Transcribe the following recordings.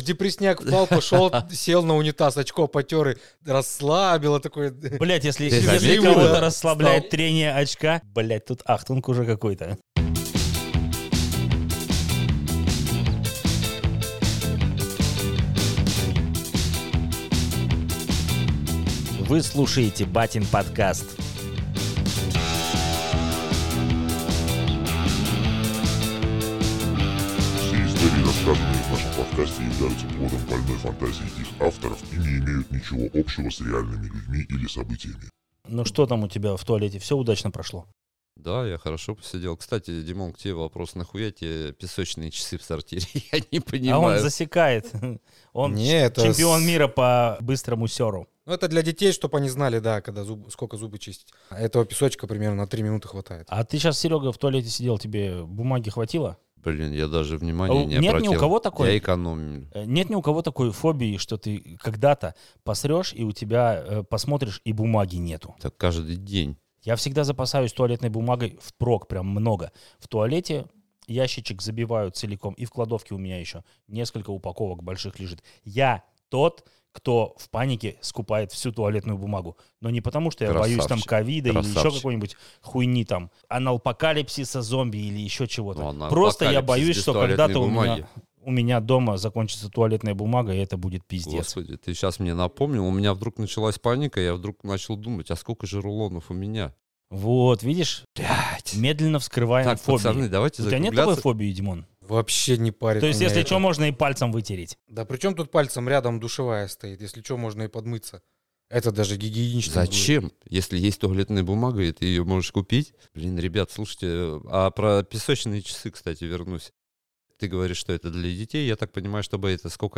депресняк впал, пошел, сел на унитаз, очко потер, и расслабило такое. Блять, если заметил, кого-то да? расслабляет Встал. трение очка, блять, тут ахтунг уже какой-то. Вы слушаете Батин подкаст. Все истории, рассказанные в нашем подкасте, являются плодом больной фантазии их авторов и не имеют ничего общего с реальными людьми или событиями. Ну что там у тебя в туалете? Все удачно прошло? Да, я хорошо посидел. Кстати, Димон, к тебе вопрос. Нахуя тебе песочные часы в сортире? Я не понимаю. А он засекает. Он Не, это чемпион мира по быстрому сёру. Ну, это для детей, чтобы они знали, да, когда сколько зубы чистить. Этого песочка примерно на 3 минуты хватает. А ты сейчас, Серега, в туалете сидел, тебе бумаги хватило? Блин, я даже внимания не Нет обратил. ни у кого такой? Я экономил. Нет ни у кого такой фобии, что ты когда-то посрешь, и у тебя посмотришь, и бумаги нету. Так каждый день. Я всегда запасаюсь туалетной бумагой впрок, прям много. В туалете ящичек забиваю целиком, и в кладовке у меня еще несколько упаковок больших лежит. Я тот, кто в панике скупает всю туалетную бумагу. Но не потому, что я боюсь там ковида или еще какой-нибудь хуйни там, аналпокалипсиса, зомби или еще чего-то. Ну, Просто я апокалипсис боюсь, без что туалетной когда-то бумаги. у меня дома закончится туалетная бумага, и это будет пиздец. Господи, ты сейчас мне напомнил. У меня вдруг началась паника, я вдруг начал думать, а сколько же рулонов у меня? Вот, видишь? Блядь. Медленно вскрываем Так, фобии. пацаны, давайте У тебя нет закругляться. такой фобии, Димон? Вообще не парит. То есть, меня если это. что, можно и пальцем вытереть. Да при чем тут пальцем рядом душевая стоит? Если что, можно и подмыться. Это даже гигиенично. будет. Зачем? Если есть туалетная бумага, и ты ее можешь купить. Блин, ребят, слушайте, а про песочные часы, кстати, вернусь. Ты говоришь, что это для детей. Я так понимаю, чтобы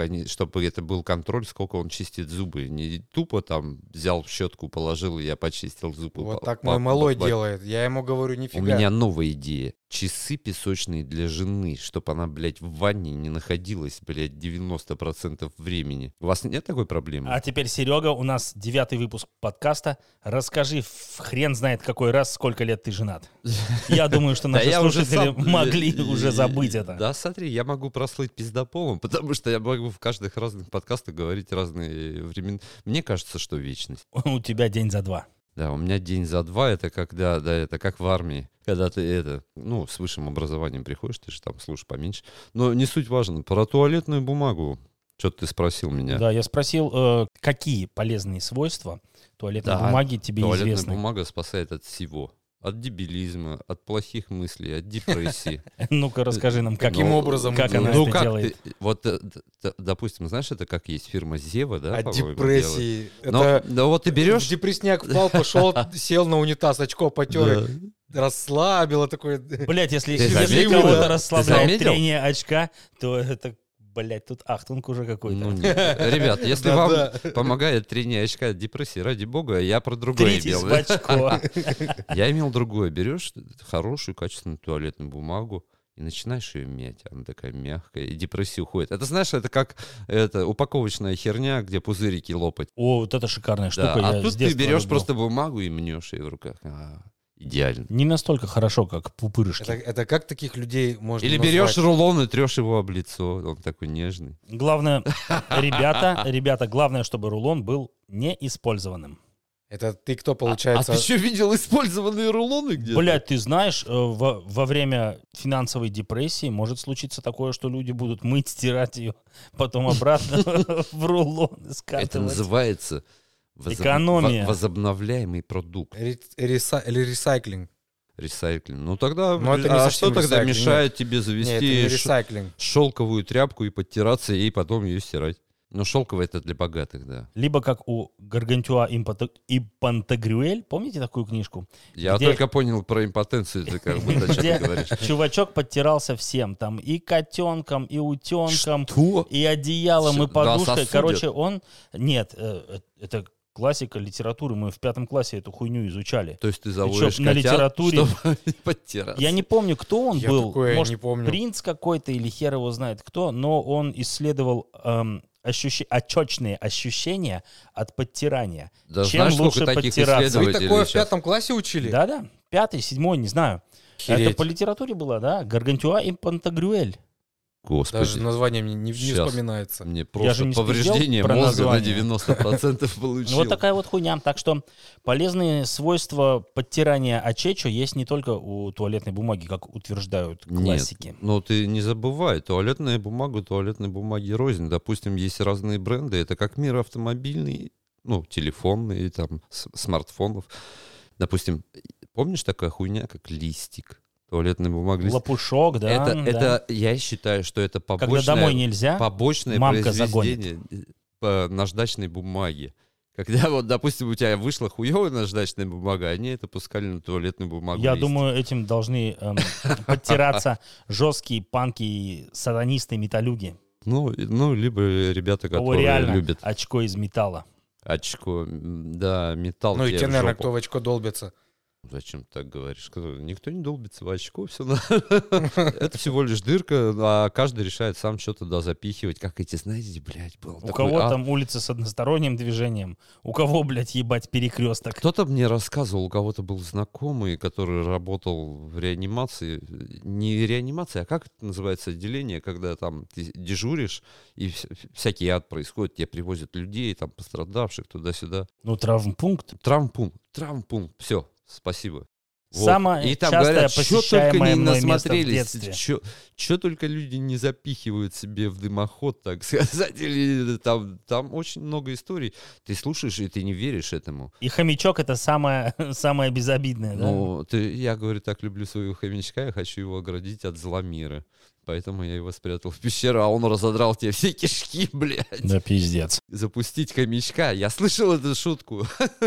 это был контроль, сколько он чистит зубы. Не тупо там взял щетку, положил, и я почистил зубы. Вот так мой малой делает. Я ему говорю, нифига. У меня новая идея. Часы песочные для жены, чтобы она, блядь, в ванне не находилась, блядь, 90% времени. У вас нет такой проблемы? А теперь, Серега, у нас 9-й выпуск подкаста. Расскажи, хрен знает какой раз, сколько лет ты женат. Я думаю, что наши слушатели могли уже забыть это. Да, смотри, я могу прослыть пиздополом, потому что я могу в каждых разных подкастах говорить разные времена. Мне кажется, что вечность. У тебя день за два. Да, у меня день за два, это когда, да, это как в армии, когда ты с высшим образованием приходишь, ты же там слушаешь поменьше. Но не суть важно, про туалетную бумагу, что-то ты спросил меня. Да, я спросил, какие полезные свойства туалетной бумаги тебе туалетная известны. бумага спасает от всего. От дебилизма, от плохих мыслей, от депрессии. Ну-ка, расскажи нам, Каким образом как это она делает? это делает. Вот, допустим, знаешь, это как есть фирма Зева, да? От по-моему, депрессии. делает. Это Но вот ты берешь... в депресняк впал, пошел, сел на унитаз, очко потер, расслабило такое. Блять, если Ты заметил, кого-то да? расслабляет Ты заметил? трение очка, то это, блять, тут ахтунг уже какой-то. Ну, нет. Ребят, если вам помогает трение очка от депрессии, ради бога, я про другое Тритесь имел. в очко. Я имел другое. Берешь хорошую, качественную туалетную бумагу и начинаешь ее мять. Она такая мягкая, и депрессия уходит. Это, знаешь, это как упаковочная херня, где пузырики лопать. О, вот это шикарная штука. Да. я А тут с ты детства берешь люблю. просто бумагу и мнешь ее в руках. Идеально. Не настолько хорошо, как пупырышки. Это как таких людей можно Или назвать? берешь рулон и трешь его об лицо. Он такой нежный. Главное, ребята, главное, чтобы рулон был неиспользованным. Это ты кто, получается? А ты что, видел использованные рулоны где-то? Блядь, ты знаешь, во время финансовой депрессии может случиться такое, что люди будут мыть, стирать ее, потом обратно в рулон Это скатывать. называется Экономия. возобновляемый продукт. Или ресайклинг. Ресайклинг. Ну тогда, Ну, это не а совсем что тогда ресайклинг, мешает тебе Нет, это не завести ресайклинг. шелковую тряпку и подтираться, и потом ее стирать? Ну, шелковая это для богатых, да. Либо как у Гаргантюа и Пантагрюэль, помните такую книжку? Я Где- только понял про импотенцию, ты как будто что Где ты говоришь. чувачок подтирался всем, там и котенком, и утенком, Что? и одеялом, и Да, подушкой. сосудят. Короче, он... Нет, это классика литературы, мы в 5 классе эту хуйню изучали. То есть ты заводишь на котят, литературе- чтобы подтираться. Я не помню, кто он Я был. такое Может, не помню. принц какой-то или хер его знает кто, но он исследовал очечные ощущения от подтирания. Да Чем знаешь, лучше сколько таких подтираться? Вы исследователей такое в сейчас? 5 классе учили? Да-да, 5-й, 7-й, не знаю. Охереть. Это по литературе было, да? Гаргантюа и Пантагрюэль. Господи. Даже название мне не Щас. вспоминается. Мне Я же просто не повреждение спиздел про мозга название. на 90% получил. Вот такая вот хуйня. Так что полезные свойства подтирания очечо есть не только у туалетной бумаги, как утверждают классики. Нет, но ты не забывай, туалетная бумаги рознь. Допустим, есть разные бренды, это как мир автомобильный, ну, телефонный, там, смартфонов. Допустим, помнишь такая хуйня, как листик? Туалетная бумага, листик. Лопушок, да. Это, я считаю, что это Когда побочное, домой нельзя, побочное мамка произведение по наждачной бумаге. Когда вот, допустим, у тебя вышла хуевая наждачная бумага, они это пускали на туалетную бумагу. я листик. думаю, этим должны подтираться жесткие панки, сатанисты, металюги. Ну, либо ребята, У кого которые реально любят очко из металла. очко, да, металл. Ну и тебе те, в наверное, жопу. кто в очко долбится. Зачем ты так говоришь? Никто не долбится в очко, все. Это всего лишь дырка, а каждый решает сам что туда запихивать. Как эти, знаете, блядь, был У такой, кого там улица с односторонним движением, у кого, блядь, ебать, перекресток. Кто-то мне рассказывал, у кого-то был знакомый, который работал в реанимации. Не реанимация, а как это называется отделение, когда там ты дежуришь, и всякий ад происходит, тебе привозят людей, там, пострадавших, туда-сюда. Ну, травмпункт. Травмпункт, все, спасибо. Вот. Самое И там частое говорят, что только посещаемое не мной место в насмотрелись, детстве. что только люди не запихивают себе в дымоход, так сказать, или там очень много историй. Ты слушаешь, и ты не веришь этому. И хомячок — это самое безобидное, да? Ну, я, говорю, так люблю своего хомячка, я хочу его оградить от зла мира. Поэтому я его спрятал в пещеру, а он разодрал тебе все кишки, блядь. Да пиздец. Запустить хомячка. Я слышал эту шутку.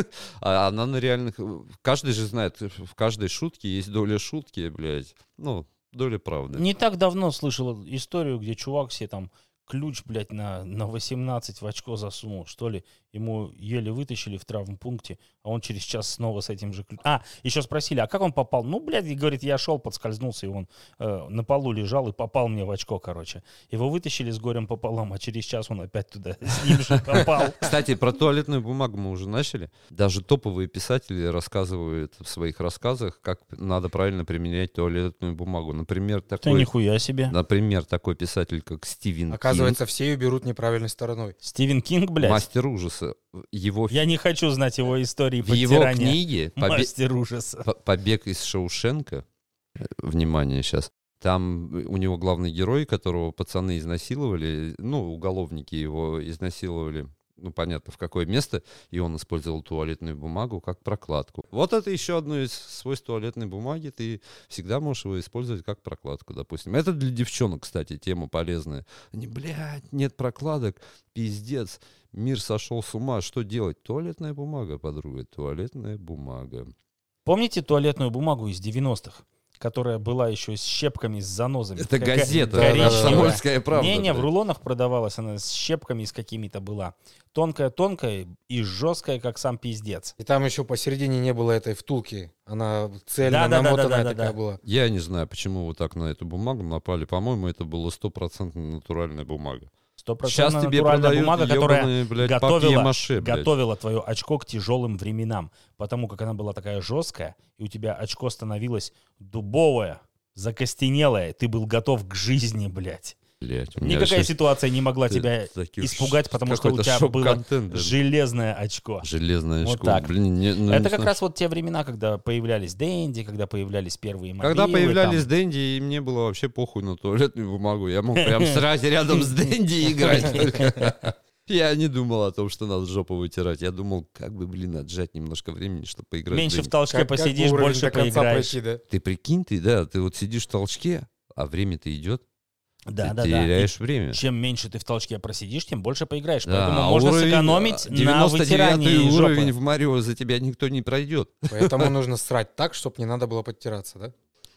А она на реальных... Каждый же знает, в каждой шутке есть доля шутки, блядь. Ну, доля правды. Не так давно слышал историю, где чувак себе там ключ, блядь, на 18 в очко засунул, что ли. Ему еле вытащили в травмпункте, а он через час снова с этим же ключом. Еще спросили, а как он попал? Ну, блядь, и говорит, я шел, подскользнулся, и он на полу лежал и попал мне в очко, короче. Его вытащили с горем пополам, а через час он опять туда с ним же попал. Кстати, про туалетную бумагу мы уже начали. Даже топовые писатели рассказывают в своих рассказах, как надо правильно применять туалетную бумагу. Например, Ты такой нихуя себе. такой писатель, как Стивен Оказывается, все ее берут неправильной стороной. Стивен Кинг, Кинг, блядь. мастер ужаса. Его Я не хочу знать его истории в его подтирания. книге Мастер ужаса. «Побег из Шоушенка», внимание сейчас, там у него главный герой, которого пацаны изнасиловали, ну, уголовники его изнасиловали, ну, понятно, в какое место, и он использовал туалетную бумагу как прокладку. Вот это еще одно из свойств туалетной бумаги, ты всегда можешь его использовать как прокладку, допустим. Это для девчонок, кстати, тема полезная. Они, блядь, нет прокладок, пиздец, мир сошел с ума, что делать? Туалетная бумага, подруга, туалетная бумага. Помните туалетную бумагу из 90-х? Которая была еще с щепками, с занозами. Это Какая- газета, коричневая. «Комсомольская правда». Не, в блядь. рулонах продавалась она с щепками с какими-то была. Тонкая-тонкая и жесткая, как сам пиздец. И там еще посередине не было этой втулки. Она цельно Да-да-да-да-да-да. намотанная такая была. Я не знаю, почему вы так на эту бумагу напали. По-моему, это была 100% натуральная бумага. 100% Сейчас тебе натуральная продают бумага, которая ебаные, блядь, готовила, папье-маше, блядь. готовила твое очко к тяжелым временам. Потому как она была такая жесткая, и у тебя очко становилось дубовое, закостенелое. Ты был готов к жизни, блядь. Блядь, у меня Никакая щас ситуация не могла тебя такие испугать, потому что у какой-то тебя было шок-контент, да. железное очко. Железное Вот очко. так. Блин, ну, Это не как знаю. раз вот те времена, когда появлялись Дэнди, когда появлялись первые мобилы. Когда появлялись там. Дэнди, и мне было вообще похуй на туалетную бумагу. Я мог прям сразу рядом с Дэнди играть. Я не думал о том, что надо жопу вытирать. Я думал, как бы, блин, отжать немножко времени, чтобы поиграть. в Меньше в Дэнди. толчке Как посидишь, бы уровень больше до конца поиграешь. пройти, да? Ты прикинь, ты вот сидишь в толчке, а время-то идет. Да. Ты теряешь время. Чем меньше ты в толчке просидишь, тем больше поиграешь. Да, Поэтому а можно уровень, сэкономить на 99-й вытирании уровень жопы. в Марио за тебя никто не пройдет. Поэтому нужно срать так, чтобы не надо было подтираться, да?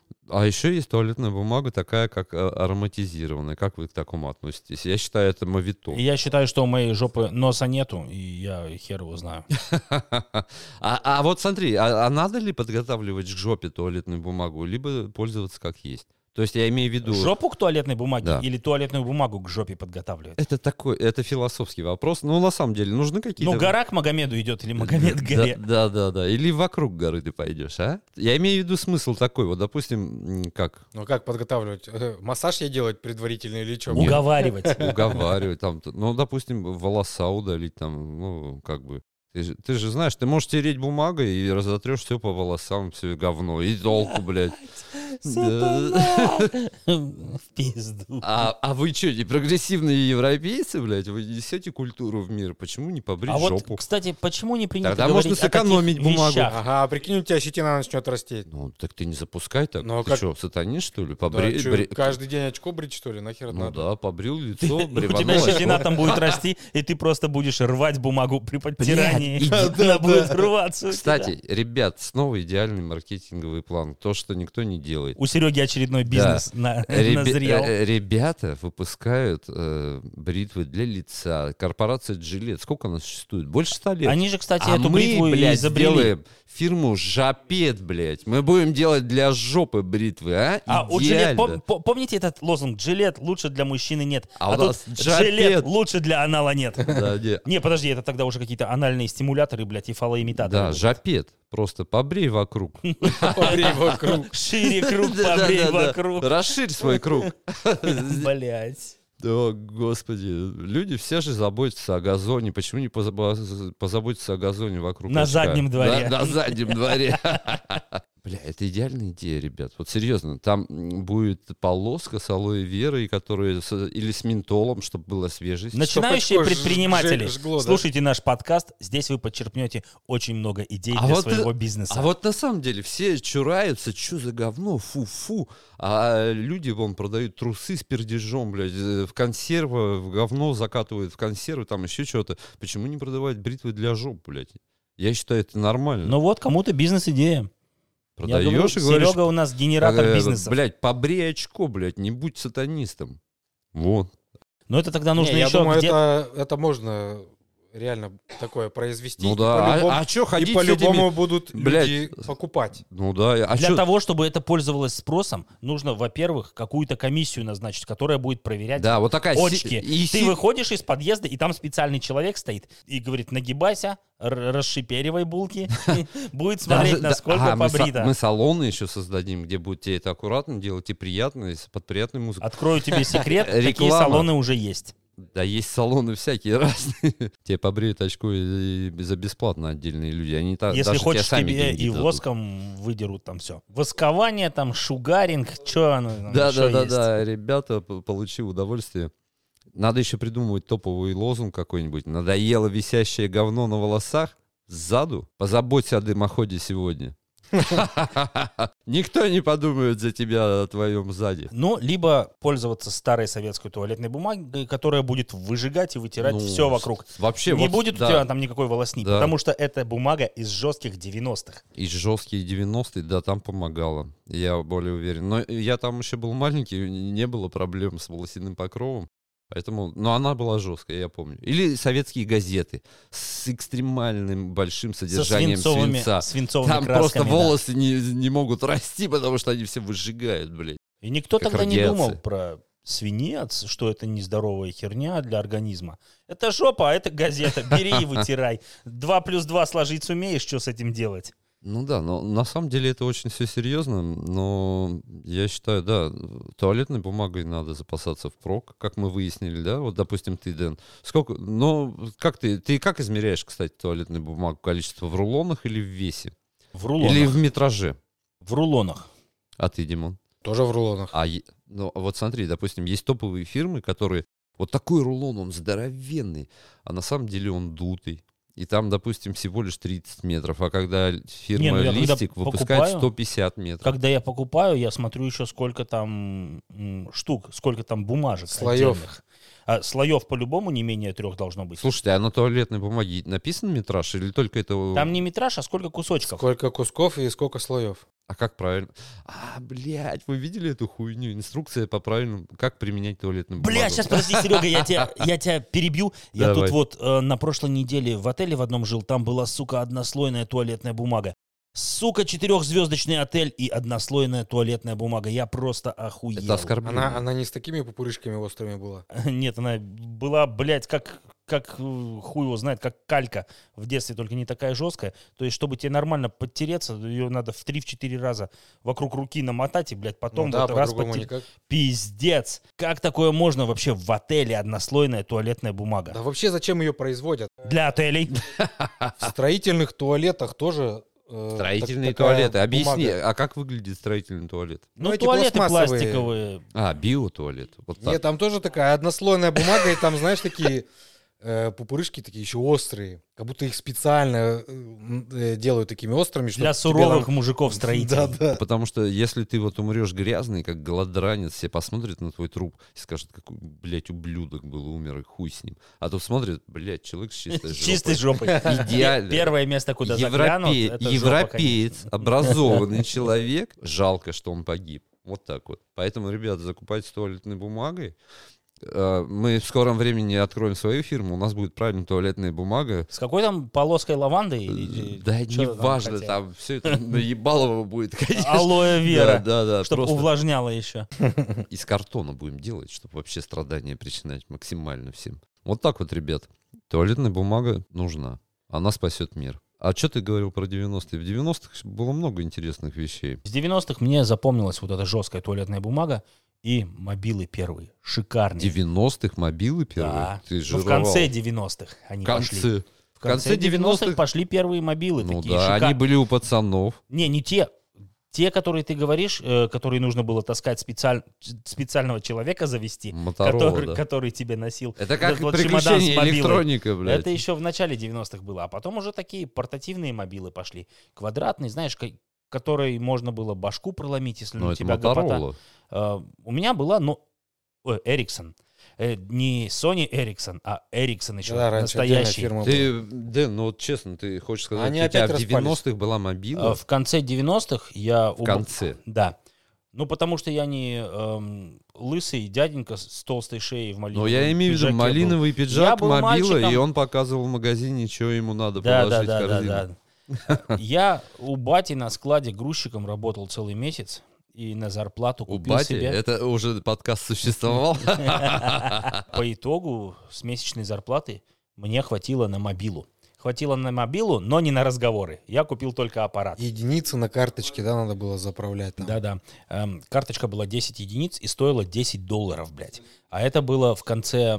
А еще есть туалетная бумага такая, как ароматизированная. Как вы к такому относитесь? Я считаю, это мавитон. Я считаю, что у моей жопы носа нету, и я хер его знаю. А вот смотри, а надо ли подготавливать к жопе туалетную бумагу, либо пользоваться как есть? То есть я имею в виду... Жопу к туалетной бумаге Да. или туалетную бумагу к жопе подготавливать? Это философский вопрос. Ну, на самом деле, нужны какие-то... Ну, гора к Магомеду идет или Магомед к горе? Да. Или вокруг горы ты пойдешь, а? Я имею в виду смысл такой. Вот, допустим, как? Ну как подготавливать? Массаж ей делать предварительно или что? Уговаривать. Уговаривать там. Ну, допустим, волоса удалить там, ну, как бы. Ты же знаешь, ты можешь тереть бумагой и разотрешь все по волосам, все говно. И толку, блядь. В пизду. А вы что, не прогрессивные европейцы, блядь? Вы несете культуру в мир. Почему не побрить А вот, жопу? кстати, почему не принято Тогда говорить можно о таких сэкономить бумагу. вещах? Ага, а прикинь, у тебя щетина начнет расти. Ну, так ты не запускай так. Ну, а Ты как- что, сатанист, что ли? Да, Побри... чё, бри- каждый день очко брить, что ли? Нахер это Ну надо? да, побрил лицо, У тебя бреванул щетина очко. там будет расти, и ты просто будешь рвать бумагу при подтирании. Блядь, Она будет рваться. у тебя. Кстати, ребят, снова идеальный маркетинговый план. То, что никто не делает. У Сереги очередной бизнес назрел. Ребята выпускают бритвы для лица. Корпорация Gillette. Сколько она существует? Больше 100 лет. Они же, кстати, А эту мы, бритву и блядь, изобрели. сделаем фирму Жапет, блядь. Мы будем делать для жопы бритвы, а? А у Gillette, Идеально. помните этот лозунг? Gillette лучше для мужчины нет. А у тут нас Gillette Jopet. лучше для анала нет. Да, не. Не, подожди, это тогда уже какие-то анальные стимуляторы, блядь, и фалоимитаторы. Да, будут. Жапет. Просто побрей вокруг. Побрей вокруг. Шире круг, побрей Да-да-да. вокруг. Расширь свой круг. Блять. О, господи. Люди все же заботятся о газоне. Почему не позаботиться о газоне вокруг На очка? заднем дворе. На заднем дворе. Бля, это идеальная идея, ребят. Вот серьезно, там будет полоска с алоэ верой, которая или с ментолом, чтобы было свежесть. Начинающие очко предприниматели, жгло, да? слушайте наш подкаст. Здесь вы подчерпнете очень много идей А для вот своего это- бизнеса. А вот на самом деле все чураются, что за говно, фу-фу. А люди вон продают трусы с пердежом, блядь, в консервы, в говно закатывают в консервы, там еще что-то. Почему не продавать бритвы для жоп, блядь? Я считаю, это нормально. Ну вот, кому-то бизнес-идея. Я говорю, Продаешь и говоришь, Серега у нас генератор бизнеса. блядь, побрей очко, блядь, не будь сатанистом. Вот. Но это тогда нужно Не, я еще думаю, где... это можно реально такое произвести. Ну и да, по-любому- а что ходить И с по-любому этими... будут блядь, люди покупать. Ну да, а Для чё- того, чтобы это пользовалось спросом, нужно, во-первых, какую-то комиссию назначить, которая будет проверять Да, вот такая... очки. и Ты выходишь из подъезда, и там специальный человек стоит и говорит: нагибайся, расшиперивай булки, будет смотреть, насколько побрито. Мы салоны еще создадим, где будет тебе это аккуратно делать и приятно, и под приятной музыкой. Открою тебе секрет, такие Реклама. салоны уже есть. Да, есть салоны всякие разные. Тебе побреют очко и за бесплатно отдельные люди. Они Если даже хочешь, сами тебе деньги и дадут. воском выдерут там все. Воскование, там, шугаринг, что оно там ещё есть? Да, ребята, получи удовольствие. Надо еще придумывать топовый лозунг какой-нибудь. Надоело висящее говно на волосах? Сзаду? Позаботься о дымоходе сегодня. Никто не подумает за тебя о твоем сзади. Ну, либо пользоваться старой советской туалетной бумагой, которая будет выжигать и вытирать Ну, все вокруг. Вообще, Не вот, будет да, у тебя там никакой волосни, Да. потому что это бумага из жестких 90-х. И жесткие 90-е, да, там помогало. Я более уверен. Но я там еще был маленький, не было проблем с волосяным покровом. Поэтому, но она была жесткая, я помню. Или советские газеты с экстремальным большим содержанием свинца. свинцовыми Там красками, просто да. волосы не могут расти, потому что они все выжигают, блядь. И никто как тогда не радиация. думал про свинец, что это нездоровая херня для организма. Это жопа, а это газета. Бери и вытирай. 2+2 сложить сумеешь, что с этим делать? Ну да, но на самом деле это очень все серьезно, но я считаю, да, туалетной бумагой надо запасаться впрок, как мы выяснили, да, вот, допустим, ты, Дэн, сколько, ну, как ты как измеряешь, кстати, туалетную бумагу, количество в рулонах или в весе? В рулонах. Или в метраже? В рулонах. А ты, Димон? Тоже в рулонах. Ну, вот смотри, допустим, есть топовые фирмы, которые, вот такой рулон, он здоровенный, а на самом деле он дутый. И там, допустим, всего лишь 30 метров, а когда фирма я когда Листик выпускает покупаю, 150 метров. Когда я покупаю, я смотрю еще, сколько там штук, сколько там бумажек. Слоев. отдельных. А слоев по-любому не менее 3 должно быть. Слушайте, а на туалетной бумаге написан метраж или только это... Там не метраж, а сколько кусочков. Сколько кусков и сколько слоев. А как правильно? Блядь, вы видели эту хуйню? Инструкция по правильному, как применять туалетную бумагу. Бля, сейчас подожди, Серега, я тебя перебью. Я Давай. тут вот на прошлой неделе в отеле в одном жил, там была, сука, однослойная туалетная бумага. Сука, 4-звездочный отель и однослойная туалетная бумага. Я просто охуел. Это оскорбление. Она не с такими пупырышками острыми была. Нет, она была, блядь, как хуй его знает, как калька в детстве, только не такая жесткая. То есть, чтобы тебе нормально подтереться, ее надо в 3-4 раза вокруг руки намотать и, блядь, потом Да, вот раз по-другому никак. Пиздец. Как такое можно вообще в отеле однослойная туалетная бумага? Да вообще зачем ее производят? Для отелей. В строительных туалетах тоже... Строительные такая туалеты. Объясни, бумага. а как выглядит строительный туалет? Ну, эти туалеты пластмассовые. пластиковые. Биотуалет. Вот так. Нет, там тоже такая однослойная бумага, и там, знаешь, такие пупырышки такие еще острые. Как будто их специально делают такими острыми. Для чтобы суровых тебе мужиков-строителей. Да. Потому что если ты вот умрешь грязный, как голодранец, все посмотрят на твой труп и скажут, какой, блядь, ублюдок был, умер, и хуй с ним. А то смотрят, блядь, человек с чистой С жопой. чистой жопой. Идеально. Первое место, куда заглянут, это жопа, Европеец, конечно. образованный человек, жалко, что он погиб. Вот так вот. Поэтому, ребята, закупайте туалетной бумагой. Мы в скором времени откроем свою фирму, у нас будет правильно туалетная бумага. С какой там полоской лаванды? Или Да чё не там важно, хотят? там все это наебалово будет, конечно. Алоэ вера. Да, Чтобы просто увлажняло еще. из картона будем делать, чтобы вообще страдания причинять максимально всем. Вот так вот, ребят. Туалетная бумага нужна. Она спасет мир. А что ты говорил про 90-е? В 90-х было много интересных вещей. С 90-х мне запомнилась вот эта жесткая туалетная бумага и мобилы первые. Шикарные. 90-х мобилы первые? Да. Ты Ну, в жировал. конце 90-х они В пошли. конце. В конце 90-х пошли первые мобилы. Ну такие да, они были у пацанов. Не те. Те, которые ты говоришь, которые нужно было таскать специального человека завести, Моторола, да. который тебе носил. Это как Этот вот чемодан с приключение мобилой. электроника, блядь. Это еще в начале 90-х было. А потом уже такие портативные мобилы пошли. Квадратные, знаешь, которой можно было башку проломить, если Ну у это тебя гопота. Моторола. У меня была, Ericsson. Не Sony Ericsson, а Ericsson еще Да, раньше отдельная настоящий. фирма была. Ты, Дэн, ну вот честно, ты хочешь сказать, Они у тебя опять в распались. 90-х была мобила? В конце 90-х я... В конце. Да. Ну, потому что я не лысый дяденька с толстой шеей в малиновом Но я имею в виду пиджаке малиновый был. пиджак, Я был мобила, и мальчиком. он показывал в магазине, что ему надо Да, положить в корзину. да. Я у бати на складе грузчиком работал целый месяц. И на зарплату У купил бати? себе... Это уже подкаст существовал? По итогу с месячной зарплаты мне хватило на мобилу. Хватило на мобилу, но не на разговоры. Я купил только аппарат. Единицы на карточке, да, надо было заправлять там. Да-да. Карточка была 10 единиц и стоила $10, блядь. А это было в конце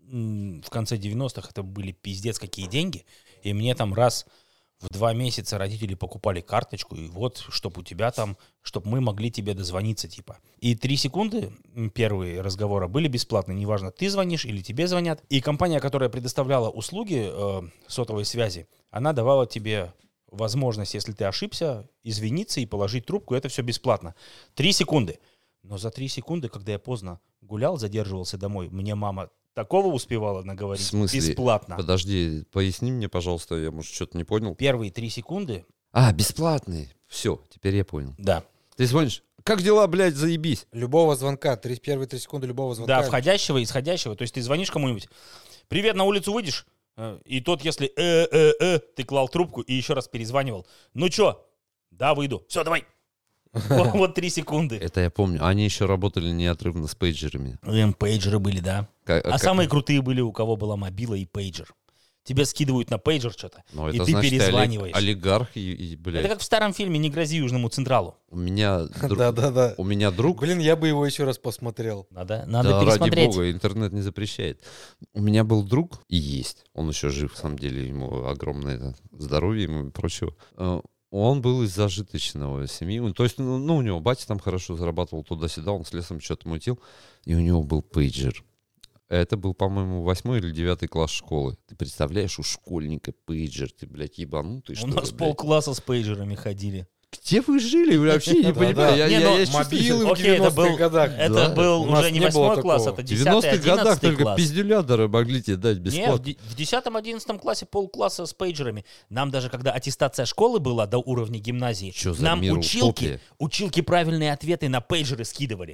90-х. Это были пиздец какие деньги. И мне там раз в 2 месяца родители покупали карточку. И вот, чтобы у тебя там, чтобы мы могли тебе дозвониться, типа. И 3 секунды первые разговора были бесплатные. Неважно, ты звонишь или тебе звонят. И компания, которая предоставляла услуги сотовой связи, она давала тебе возможность, если ты ошибся, извиниться и положить трубку. Это все бесплатно. 3 секунды. Но за 3 секунды, когда я поздно гулял, задерживался домой, мне мама такого успевала наговорить В смысле? бесплатно. Подожди, поясни мне, пожалуйста, я, может, что-то не понял. Первые 3 секунды, Бесплатный. Все, теперь я понял. да. Ты звонишь, как дела, блядь, заебись? Любого звонка, первые 3 секунды любого звонка. Да, входящего и исходящего. То есть ты звонишь кому-нибудь, привет, на улицу выйдешь? И тот, если ты клал трубку и еще раз перезванивал. Ну чё? Да, выйду. Все, давай. Вот 3 секунды. Это я помню. Они еще работали неотрывно с пейджерами. Пейджеры были, да. Самые крутые были, у кого была мобила и пейджер. Тебе скидывают на пейджер что-то, Ну, и это ты значит, перезваниваешь. олигарх и, блядь. Это как в старом фильме «Не грози Южному Централу». У меня Да. у меня друг... Блин, я бы его еще раз посмотрел. Надо Да, пересмотреть. ради бога, интернет не запрещает. У меня был друг, и есть, он еще жив, на самом деле, ему огромное здоровье ему и прочего. Он был из зажиточного семьи, то есть, ну, у него батя там хорошо зарабатывал туда-сюда, он с лесом что-то мутил, и у него был пейджер. Это был, по-моему, 8 или 9 класс школы. Ты представляешь, у школьника пейджер, ты, блядь, ебанутый, что У нас ли, блядь? полкласса с пейджерами ходили. Где вы жили? Вы вообще не Да-да. понимаю. Я Не, ну, чувствую, Мобилы в Окей, это 90-х был- годах. Это Да. был У нас уже не не было 8 класс, такого. это В 10-й, 90-х годах 11 только класс. пиздюлядоры могли тебе дать Не, бесплатно. в 10-11 классе полкласса с пейджерами. Нам даже когда аттестация школы была до уровня гимназии, Чё за нам мир-утопия? училки правильные ответы на пейджеры скидывали.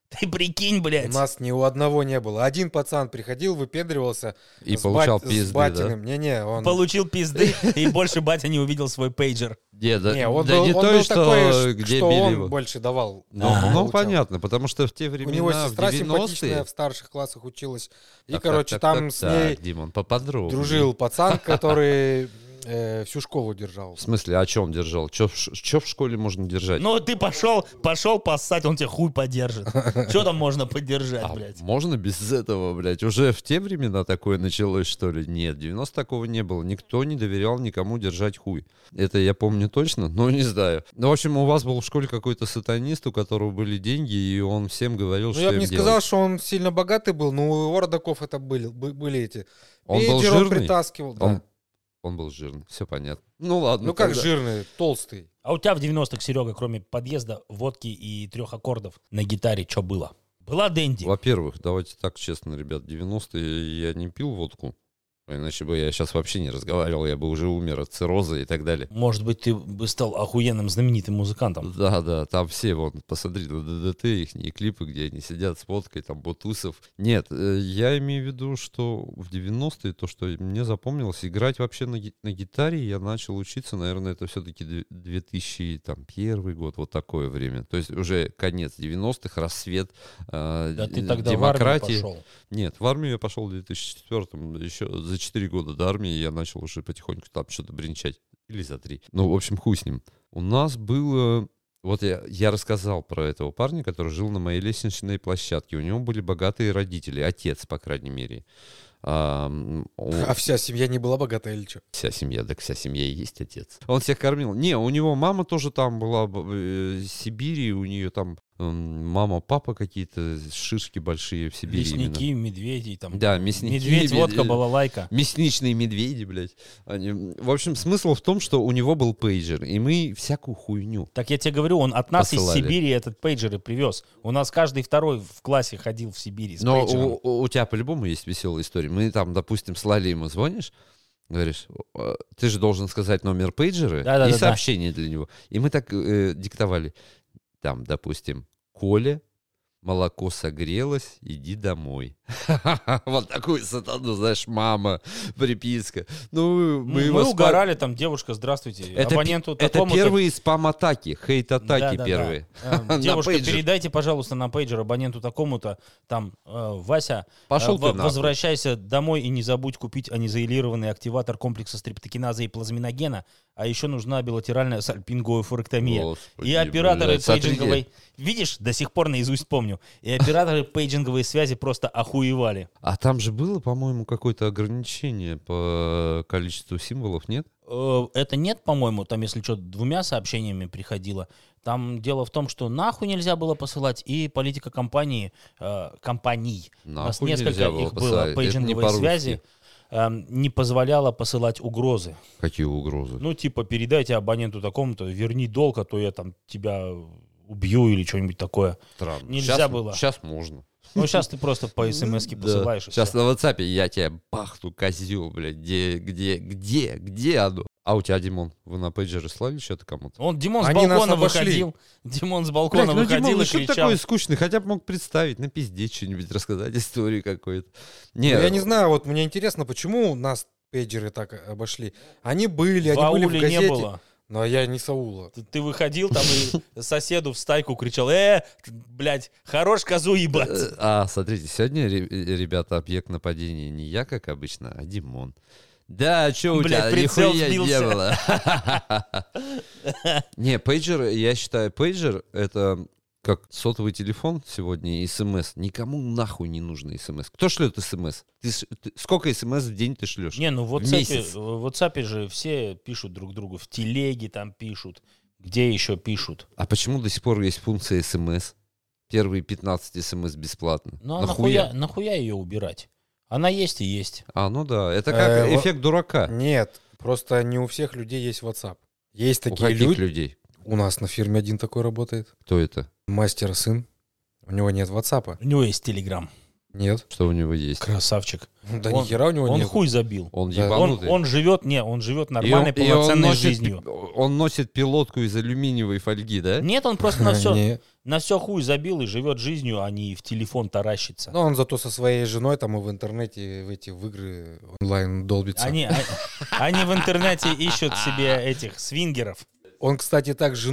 Ты прикинь, У блядь. нас ни у одного не было. Один пацан приходил, выпендривался И с получал с пизды, да? батиным. Не-не, он... Получил пизды, и больше батя не увидел свой пейджер. Не, да, Не, он да был, не он то, был что такой, где что били он его. больше давал. Ну, получал. понятно, потому что в те У времена, него в сестра симпатичная 90-е... в старших классах училась. И, Так, короче, так, там так, с так, ней Димон, поподробнее. дружил пацан, который всю школу держал. В смысле, о чем держал? Че в школе можно держать? Ну, ты пошел поссать, он тебе хуй подержит. Что там можно подержать, А блядь? можно без этого, блядь? Уже в те времена такое началось, что ли? Нет, в 90 такого не было. Никто не доверял никому держать хуй. Это я помню точно, но не знаю. Ну, в общем, у вас был в школе какой-то сатанист, у которого были деньги, и он всем говорил, Ну, что я бы им не делать. сказал, что он сильно богатый был, но у родаков это были эти. Он был Пейджер он жирный? притаскивал, да. Он был жирный, все понятно. Ну ладно. Ну как тогда. жирный, толстый. А у тебя в 90-х, Серега, кроме подъезда, водки и 3 аккордов на гитаре, что было? Была Дэнди. Во-первых, давайте так честно, ребят, 90-е я не пил водку. Иначе бы я сейчас вообще не разговаривал, я бы уже умер от цирроза и так далее. Может быть, ты бы стал охуенным знаменитым музыкантом. Да, там все, вон, посмотри на ДДТ, их клипы, где они сидят с водкой, там, Бутусов. Нет, я имею в виду, что в 90-е, то, что мне запомнилось, играть вообще на гитаре я начал учиться, наверное, это все-таки 2001 год, вот такое время. То есть уже конец 90-х, рассвет Да ты тогда демократии. в армию пошел. Нет, в армию я пошел в 2004-м, еще за 4 года до армии я начал уже потихоньку там что-то бренчать. Или за 3. Ну, в общем, хуй с ним. У нас было... Вот я рассказал про этого парня, который жил на моей лестничной площадке. У него были богатые родители, отец, по крайней мере. А вся семья не была богатая или что? Вся семья, так вся семья и есть отец. Он всех кормил. Не, у него мама тоже там была в Сибири, у нее там мама, папа какие-то шишки большие в Сибири. Лесники, именно. медведи. Там. Да, мясники. Медведь, водка, балалайка. Мясничные медведи, блядь. В общем, смысл в том, что у него был пейджер, и мы всякую хуйню. Так я тебе говорю, он от нас Посылали. из Сибири этот пейджер и привез. У нас каждый второй в классе ходил в Сибири с Но пейджером. у тебя по-любому есть веселая история. Мы там, допустим, слали ему, звонишь, говоришь, ты же должен сказать номер пейджера и сообщение для него. И мы так диктовали. Там, допустим, Коля, молоко согрелось, иди домой. Вот такую сатану, знаешь, мама, приписка. Ну, Мы угорали, там, девушка, здравствуйте, абоненту Это такому-то. первые спам-атаки, хейт-атаки первые. Девушка, пейджер. передайте, пожалуйста, на пейджер абоненту такому-то, там, Вася, Пошел ты нахуй. возвращайся домой и не забудь купить анизоилированный активатор комплекса стриптокиназа и плазминогена, а еще нужна билатеральная сальпингофуректомия. Господи, И операторы блядь, смотрите. пейджинговой... Видишь, до сих пор наизусть помню. И операторы пейджинговой связи просто охуевали. А там же было, по-моему, какое-то ограничение по количеству символов, нет? Это нет, по-моему, там, если что, 2 сообщениями приходило. Там дело в том, что нахуй нельзя было посылать, и политика компаний, у нас Нахуй несколько нельзя было их было, посылать. Это не пейджинговой по-русски. связи, не позволяла посылать угрозы. Какие угрозы? Ну, типа, передайте абоненту такому-то, верни долг, а то я там тебя убью или что-нибудь такое. Странно. Нельзя Щас- было. Сейчас можно. Ну, сейчас ты просто по смс-ке посылаешь. и Сейчас всё. на WhatsApp я тебя бахну, козел, блядь. Где оно? А у тебя, Димон, вы на пейджеры слали что-то кому-то? Он, Димон с Они нас балкона обошли. выходил. Димон с балкона Блядь, ну выходил Димон, ну и что кричал. такой скучный? Хотя бы мог представить, напиздеть что-нибудь, рассказать историю какую-то. Не, Ну, я не знаю, вот мне интересно, почему нас пейджеры так обошли. Они были, В они были в ауле газете. не было. Но я не с аула. Ты выходил там и соседу в стайку кричал, блядь, хорош козу ебать. Смотрите, сегодня, ребята, объект нападения не я, как обычно, а Димон. Да, что у тебя, Блядь, прицел нихуя не сбился. было. Не, пейджер, я считаю, пейджер — это как сотовый телефон сегодня и СМС. Никому нахуй не нужно СМС. Кто шлет СМС? Сколько СМС в день ты шлешь? Не, ну в месяц. WhatsApp же все пишут друг другу, в телеге там пишут, где еще пишут. А почему до сих пор есть функция СМС? Первые 15 СМС бесплатно. Ну а нахуя ее убирать? Она есть и есть. Ну да, это как эффект дурака. Нет, просто не у всех людей есть WhatsApp. Есть У такие каких люди. людей? У нас на фирме один такой работает. Кто это? Мастер сын. У него нет WhatsApp. У него есть Telegram. Нет. Что у него есть? Красавчик. Да Он- ни хера у него Он нет. хуй забил. Он Да. ебанутый. Он живет нормальной, И он полноценной носит- жизнью. Он носит пилотку из алюминиевой фольги, да? Нет, он просто на Не. все хуй забил и живет жизнью, а не в телефон таращится. Ну, он зато со своей женой там и в интернете в игры онлайн долбится. Они в интернете ищут себе этих свингеров. Он, кстати, так с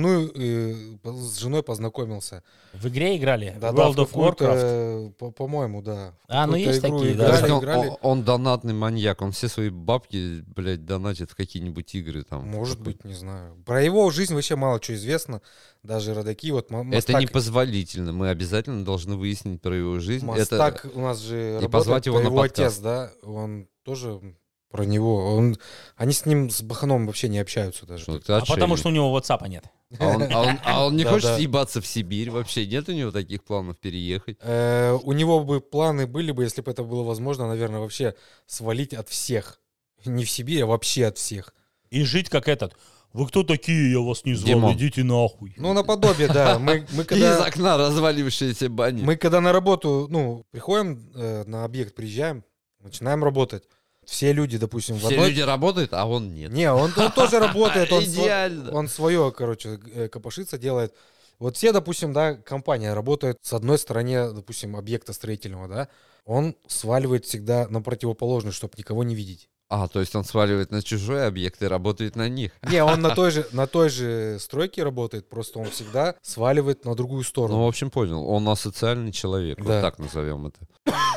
женой познакомился. В игре играли? Да, World в of Warcraft? какую-то, по-моему, да. В А, ну какую-то есть игру такие, да. То есть играли. он донатный маньяк, он все свои бабки, блядь, донатит в какие-нибудь игры там. Может быть, не знаю. Про его жизнь вообще мало чего известно. Даже родаки. Вот Это Мастак, непозволительно. Мы обязательно должны выяснить про его жизнь. Мастак у нас же и позвать работает, его на его подкаст. отец, да, он тоже про него. Они с ним, с Баханом вообще не общаются даже. А потому что у него WhatsApp нет. Он не Да, хочет да. съебаться в Сибирь вообще? Нет у него таких планов переехать? У него бы планы были бы, если бы это было возможно, наверное, вообще свалить от всех. Не в Сибирь, а вообще от всех. И жить как этот. Вы кто такие? Я вас не звал, Димон. идите нахуй. Ну, наподобие, да. Мы Из когда... окна развалившиеся бани. Мы когда на работу, приходим, на объект приезжаем, начинаем работать. Все люди, допустим, в Все одной... люди работают, а он нет. Не, он тоже работает, Идеально. он свое, короче, копошится делает. Вот все, допустим, да, компания работает с одной стороны, допустим, объекта строительного, да, он сваливает всегда на противоположную, чтобы никого не видеть. То есть он сваливает на чужой объект и работает на них. Не, он на той же стройке работает, просто он всегда сваливает на другую Ну, сторону. в общем, понял. Он асоциальный человек. Вот Да. так назовем это.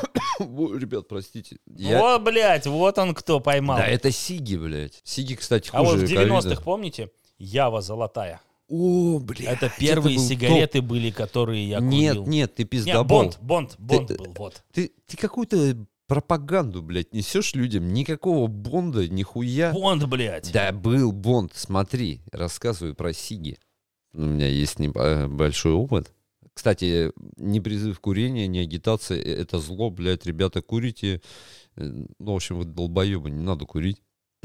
Ребят, простите. О, блядь, вот он кто поймал. Да, это Сиги, блядь. Сиги, кстати, А вот хуже в 90-х, ковида. помните? Ява золотая. О, блядь. Это первые был сигареты были, которые я курил. Нет, ты Не, пиздобол. Бонд Ты- был, вот. Ты какую-то пропаганду, блядь, несешь людям. Никакого Бонда, нихуя. Бонд, блядь. Да, был Бонд. Смотри, рассказываю про Сиги. У меня есть небольшой опыт. Кстати, не призыв курения, не агитация. Это зло, блядь, ребята, курите. Ну, в общем, вы долбоебы, не надо курить.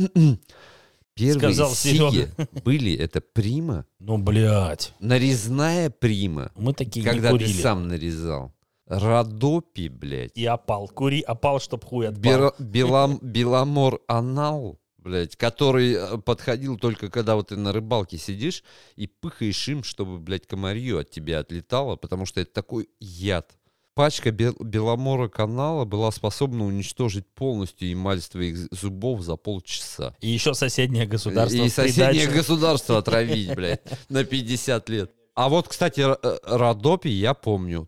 Первые Сказал Сиги Серега. были, это Прима, Ну, блядь. нарезная Прима, Мы такие когда не ты курили. сам нарезал. Родопи, блядь. И опал. Кури опал, чтоб хуй отпал. Беломор анал, блядь, который подходил только когда вот ты на рыбалке сидишь и пыхаешь им, чтобы, блядь, комарье от тебя отлетало, потому что это такой яд. Пачка Беломора канала была способна уничтожить полностью эмаль с твоих зубов за полчаса. И еще соседнее государство. И в соседнее придачу. государство отравить, блядь, на 50 лет. А вот, кстати, Родопи, я помню,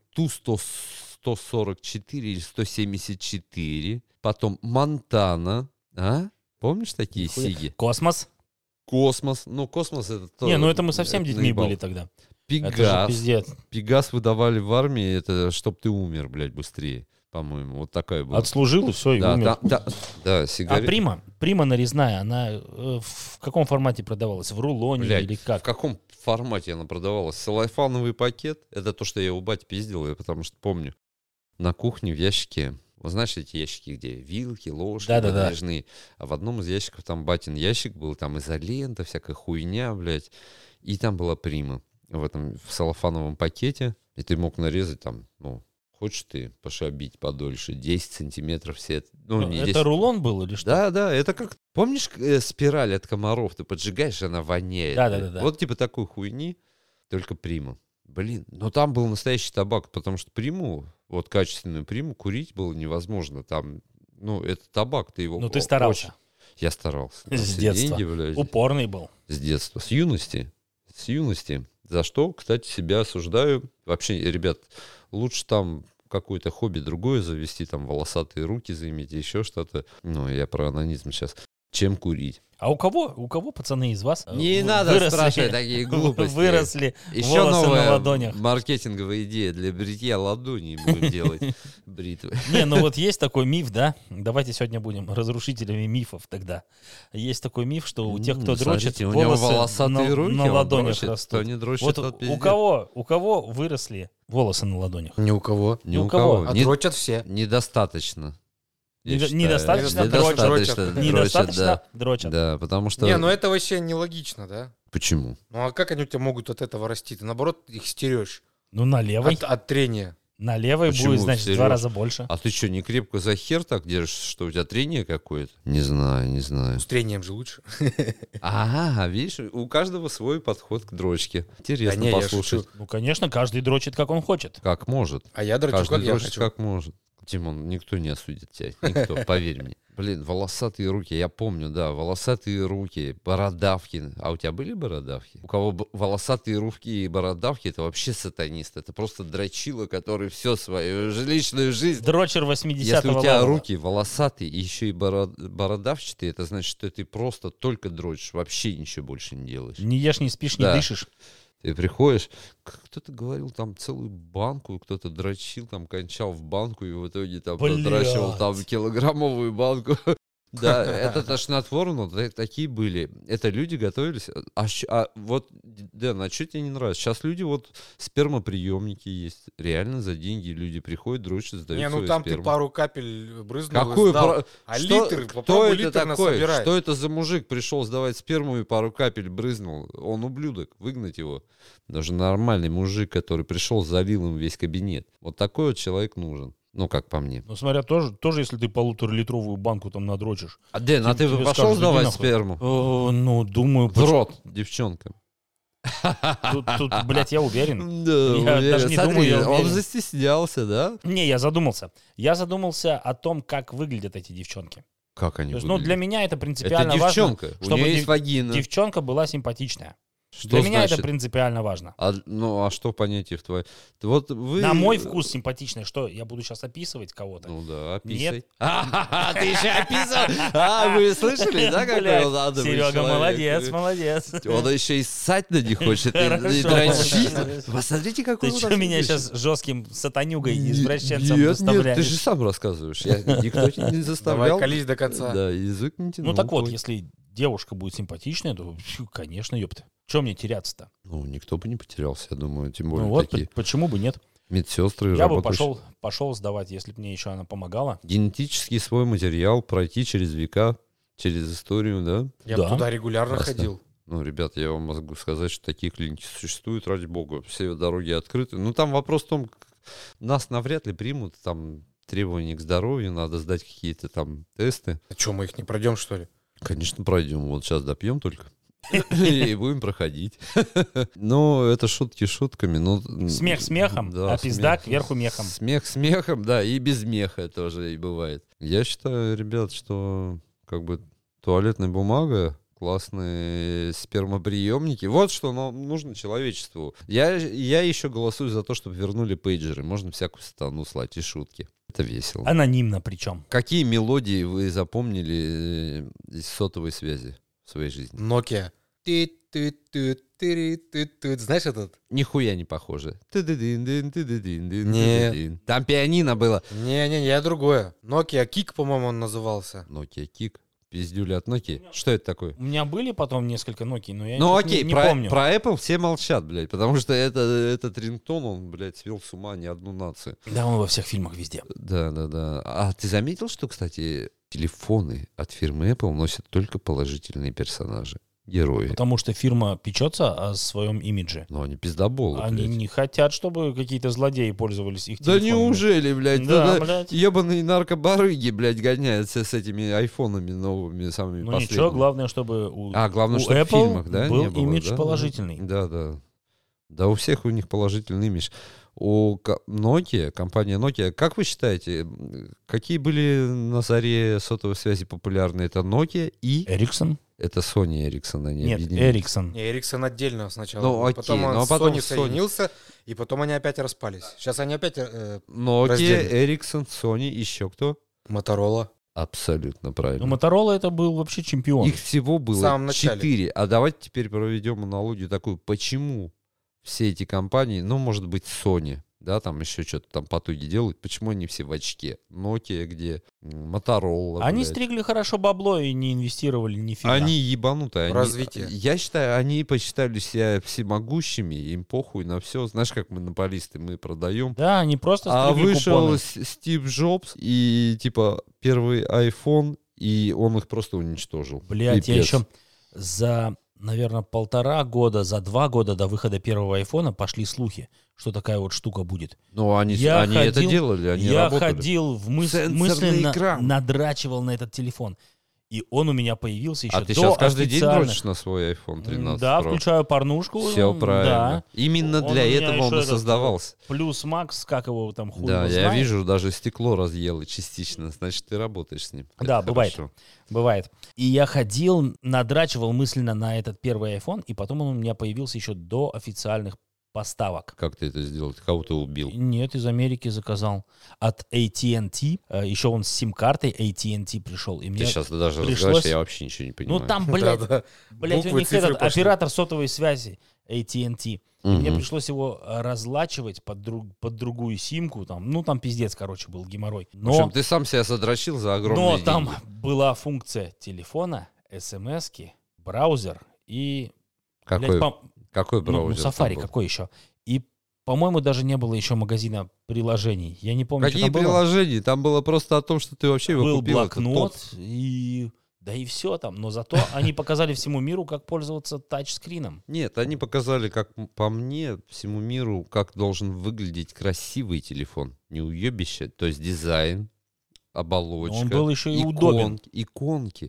Ту-144 или 174, потом Монтана, Помнишь такие Нихуя. Сиги? Космос. Космос. Ну, космос это то. Не, ну это мы совсем детьми наебал. были тогда. Это же Пегас. пиздец. Пегас выдавали в армии, это чтоб ты умер, блядь, быстрее, по-моему. Вот такая была. Отслужил и все, и Да, умер. да, А сигарет. Прима нарезная, она в каком формате продавалась? В рулоне Блядь, или в как? каком формате она продавалась? Целлофановый пакет. Это то, что я у бати пиздил, я потому что помню. На кухне в ящике, вы знаешь эти ящики, где вилки, ложки, Да-да-да. подвижные. А в одном из ящиков там батин ящик был, там изолента, всякая хуйня, блядь. И там была Прима в целлофановом пакете. И ты мог нарезать там, хочешь ты пошабить подольше, 10 сантиметров все. Не 10. Это рулон был или что? Да, это как... Помнишь спираль от комаров? Ты поджигаешь, она воняет. Да. Вот типа такой хуйни, только Прима. Блин, но там был настоящий табак, потому что Приму, вот качественную Приму, курить было невозможно. Там, это табак, ты его... Ну ты старался. Я старался. Там С все детства. деньги, блядь, Упорный был. с детства. С юности. За что, кстати, себя осуждаю. Вообще, ребят, лучше там какое-то хобби другое завести, там волосатые руки заиметь, еще что-то. Я про анонизм сейчас. Чем курить. А у кого, пацаны, из вас Не надо выросли- спрашивать такие глупости. выросли Еще волосы на новая ладонях? маркетинговая идея для бритья ладоней будем делать. Бритвы. Не, ну вот есть такой миф, да? Давайте сегодня будем разрушителями мифов тогда. Есть такой миф, что у тех, кто дрочит, Смотрите, у него волосы волосатые руки, на он ладонях дрочит. растут. Кто не дрочит, Вот тот у пиздец. кого выросли волосы на ладонях? Ни у кого. Ни у у кого? кого. А дрочат все. Недостаточно. Я считаю. Недостаточно дрочат. Недостаточно дрочат. Да, потому что... Не, это вообще нелогично, да? Почему? Ну а как они у тебя могут от этого расти? Ты наоборот их стерешь Ну, на левой. от трения. На левой Почему, будет, значит, в 2 Серёж? раза больше. А ты что, не крепко за хер так держишься, что у тебя трение какое-то? Не знаю. С трением же лучше. Ага, видишь, у каждого свой подход к дрочке. Интересно Да не, я послушать. шучу. Ну, конечно, каждый дрочит, как он хочет. Как может. А я дрочу, Каждый как я дрочит хочу. как может. Тимон, никто не осудит тебя. Никто, поверь мне. Блин, волосатые руки. Я помню, да, волосатые руки, бородавки. А у тебя были бородавки? У кого волосатые руки и бородавки, это вообще сатанист. Это просто дрочила, который все свою личную жизнь... Дрочер 80-го Если у тебя левела. руки волосатые и еще и бородавчатые, это значит, что ты просто только дрочишь, вообще ничего больше не делаешь. Не ешь, не спишь, не Да. дышишь. Ты приходишь, кто-то говорил, там целую банку, кто-то дрочил, там кончал в банку и в итоге там Блядь. подращивал там килограммовую банку. Да, это тошнотворно, такие были. Это люди готовились. Вот, Дэн, а что тебе не нравится? Сейчас люди, вот спермоприемники есть. Реально за деньги люди приходят, дрочат, сдают Не, ну свою там ты сперму. пару капель брызнул Какую и сдал. про- А Что- литр, кто попробуй это литр такой? насобирать. Что это за мужик пришел сдавать сперму и пару капель брызнул? Он ублюдок, выгнать его. Даже нормальный мужик, который пришел, залил им весь кабинет. Вот такой вот человек нужен. Ну, как по мне. Ну, смотря, тоже, если ты 1,5-литровую банку там надрочишь. А, Дэн, а ты тебе пошел скажут, иди сдавать нахуй. сперму? Ну, думаю, В рот девчонкам. тут, блядь, я уверен. Да, Я уверен. даже не Смотри, думаю, я он уверен. застеснялся, да? Не, я задумался. Я задумался о том, как выглядят эти девчонки. Как они То есть, ну, для меня это Это принципиально важно, девчонка, у чтобы нее есть вагина. девчонка была симпатичная. Что Для меня это значит? принципиально важно. А что понятие в твоем? Вот вы... На мой вкус симпатичная. Что, я буду сейчас описывать кого-то? Ну да, описывай. Нет. Ты еще описывал? Вы слышали, да, какой Блядь, он адовый Серега, человек? молодец. Он еще и ссать на них хочет, и Хорошо, дрочить. молодец. Посмотрите, какой Ты он что, меня отличный. сейчас жестким сатанюгой и извращенцем Нет, выставляешь? ты же сам рассказываешь. Никто тебя не Давай заставлял. колись до конца. Да, язык не тянул. Ну так вот, твой. если девушка будет симпатичная, то, конечно, ёпта. Чем мне теряться-то? Ну, никто бы не потерялся, я думаю, тем более Ну вот, такие почему бы нет? медсестры, Я бы работающие. пошел сдавать, если бы мне еще она помогала. Генетический свой материал пройти через века, через историю, да? Я Да. бы туда регулярно Классно. ходил. Ну, ребят, я вам могу сказать, что такие клиники существуют, ради бога. Все дороги открыты. Ну, там вопрос в том, нас навряд ли примут, там требования к здоровью, надо сдать какие-то там тесты. А что, мы их не пройдем, что ли? Конечно, пройдем. Вот сейчас допьем только. И будем проходить. Ну, это шутки шутками. Ну, Смех смехом, да, а пизда смех. кверху мехом. Смех смехом, да, и без меха тоже и бывает. Я считаю, ребят, что как бы туалетная бумага, классные спермоприемники. Вот что нам нужно человечеству. Я еще голосую за то, чтобы вернули пейджеры. Можно всякую сатану слать и шутки. Это весело. Анонимно причем. Какие мелодии вы запомнили из сотовой связи в своей жизни? Nokia. Ты-ты-ты-ты-ты-ты. Знаешь этот? Нихуя не похоже. Ты-ды-дин-дин, Нет. Там пианино было. Не-не, я другое. Nokia Kick, по-моему, он назывался. Nokia Kick. Пиздюля от Nokia. Что это такое? У меня были потом несколько Nokia, но я Ну чё-то окей, не про помню. Apple все молчат, блядь, потому что этот рингтон, он, блядь, свел с ума не одну нацию. Да, он во всех фильмах везде. Да. А ты заметил, что, кстати, телефоны от фирмы Apple носят только положительные персонажи, герои? Потому что фирма печется о своем имидже. Но они пиздоболы, Они блядь. не хотят, чтобы какие-то злодеи пользовались их Да телефонами. неужели, блядь? Да, блядь. Ебаные наркобарыги, блядь, гоняются с этими айфонами новыми, самыми Ну последними. ничего, главное, чтобы у Главное, у чтобы Apple в фильмах, да, был не было, имидж да? положительный. Да. Да, у всех у них положительный имидж. У Nokia, компания Nokia, как вы считаете, какие были на заре сотовой связи популярны? Это Nokia и Ericsson? это Sony Ericsson, они Нет, объединились. Ericsson. Не, Ericsson отдельно сначала. Ну, был. окей, потом он ну, а с потом Sony Sony. соединился, и потом они опять распались. Сейчас они опять Nokia, раздельно. Ericsson, Sony, еще кто? Motorola. Абсолютно правильно. Ну, Motorola это был вообще чемпион. Их всего В было самом начале. 4. А давайте теперь проведем аналогию такую. Почему все эти компании, ну, может быть, Sony, да, там еще что-то там потуги делают, почему они все в очке? Nokia где? Motorola, Они блядь. стригли хорошо бабло и не инвестировали нифига. Они ебанутые. Развитие. Я считаю, они посчитали себя всемогущими, им похуй на все. Знаешь, как монополисты, мы продаем. Да, они просто А стригли вышел купоны. Стив Джобс и, типа, первый iPhone, и он их просто уничтожил. Блять, я Пипец. еще за наверное, 1,5 года, за 2 года до выхода первого айфона пошли слухи, что такая вот штука будет. Ну, они Я это ходил- делали, они Я работали. ходил Сенсорный мысленно экран. надрачивал на этот телефон. И он у меня появился еще А ты до сейчас каждый день официальных- дрочишь на свой iPhone 13 Да, Pro? включаю порнушку. Все правильно. Да. Именно Он для у меня этого еще он и этот, создавался. Плюс Макс, как его там хуй Да, его я знает. вижу, даже стекло разъело частично. Значит, ты работаешь с ним. Да, Это бывает. хорошо. Бывает. И я ходил, надрачивал мысленно на этот первый iPhone, и потом он у меня появился еще до официальных поставок. Как ты это сделал? Ты кого-то убил? Нет, из Америки заказал. От AT&T. Еще он с сим-картой AT&T пришел. И Ты мне... сейчас даже пришлось- разговариваешь, я вообще ничего не понимаю. Ну там, блядь, Да-да. блядь, у Буквы, них цифры этот пошли. оператор сотовой связи AT&T. И мне Мгм. пришлось его разлачивать под другую симку. Там, ну, там пиздец, короче, был геморрой. В общем, ты сам себя задрочил за огромные Но там деньги. была функция телефона, смс-ки, браузер и... Какой, блядь, какой ну, браузер там Safari был? какой еще? И, по-моему, даже не было еще магазина приложений. Я не помню, Какие что там было. приложения? Там было просто о том, что ты вообще его Был купил. Это блокнот топ. и... Да и все там. Но зато они показали всему миру, как пользоваться тачскрином. Нет, они показали, как по мне, всему миру, как должен выглядеть красивый телефон. Не уебище, то есть дизайн, оболочка. Он был еще и удобен. Иконки.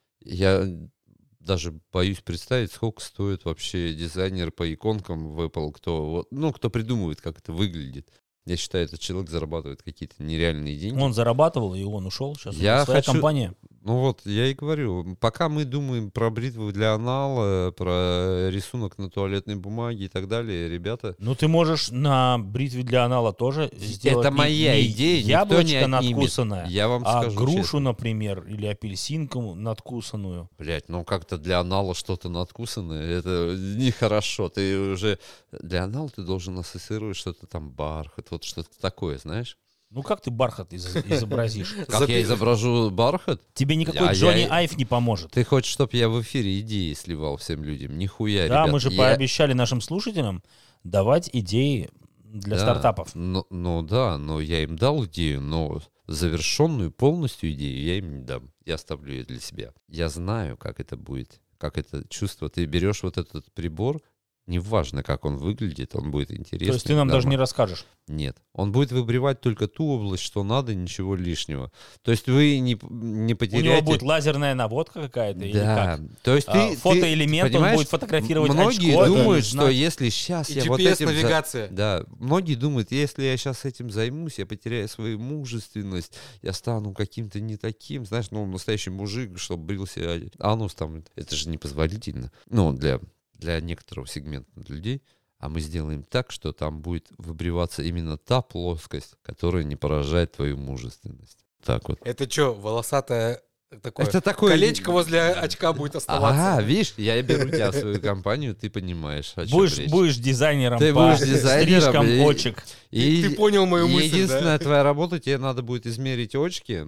Я даже боюсь представить, сколько стоит вообще дизайнер по иконкам в Apple, кто придумывает, как это выглядит. Я считаю, этот человек зарабатывает какие-то нереальные деньги. Он зарабатывал, и он ушел. Сейчас Я своя хочу- компания. Ну вот, я и говорю, пока мы думаем про бритву для анала, про рисунок на туалетной бумаге и так далее, ребята, Ну, ты можешь на бритве для анала тоже сделать это моя не идея, никто не яблочко отнимет. надкусанное, Я вам а скажу грушу, честно. например, или апельсинку надкусанную. Блять, ну как-то для анала что-то надкусанное, это нехорошо. Ты уже для анала ты должен ассоциировать что-то там бархат, вот что-то такое, знаешь? Ну, как ты бархат изобразишь? Как я изображу бархат? Тебе никакой А Джонни я- Айв не поможет. Ты хочешь, чтобы я в эфире идеи сливал всем людям? Нихуя, Да, ребят. мы же Я- пообещали нашим слушателям давать идеи для Да, стартапов. Ну да, но я им дал идею, но завершенную полностью идею я им не дам. Я оставлю ее для себя. Я знаю, как это будет, как это чувство. Ты берешь вот этот прибор, неважно, как он выглядит, он будет интересный. То есть ты нам даже не расскажешь. Нет. Он будет выбривать только ту область, что надо, ничего лишнего. То есть вы не У него потеряете... будет лазерная наводка какая-то или Да, как? то есть ты... Фотоэлемент, он понимаешь, будет фотографировать многие очко и думают, что знать. если сейчас И я вот этим... GPS-навигация. Да, многие думают, если я сейчас этим займусь, я потеряю свою мужественность, я стану каким-то не таким, знаешь, ну, настоящий мужик, чтобы брился анус там, это же непозволительно. Ну, для некоторого сегмента людей. А мы сделаем так, что там будет выбриваться именно та плоскость, которая не поражает твою мужественность. Так вот. Это что, волосатое такое? Это такое... Колечко возле очка будет оставаться. А, видишь, я беру тебя в свою компанию, ты понимаешь, о чем речь. Будешь дизайнером Ты по будешь дизайнером, стрижкам и- очек. И Ты понял мою мысль, единственная да? твоя работа, тебе надо будет измерить очки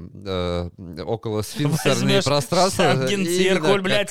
около сфинктерные Возьмешь пространства. штангенциркуль, Именно блядь.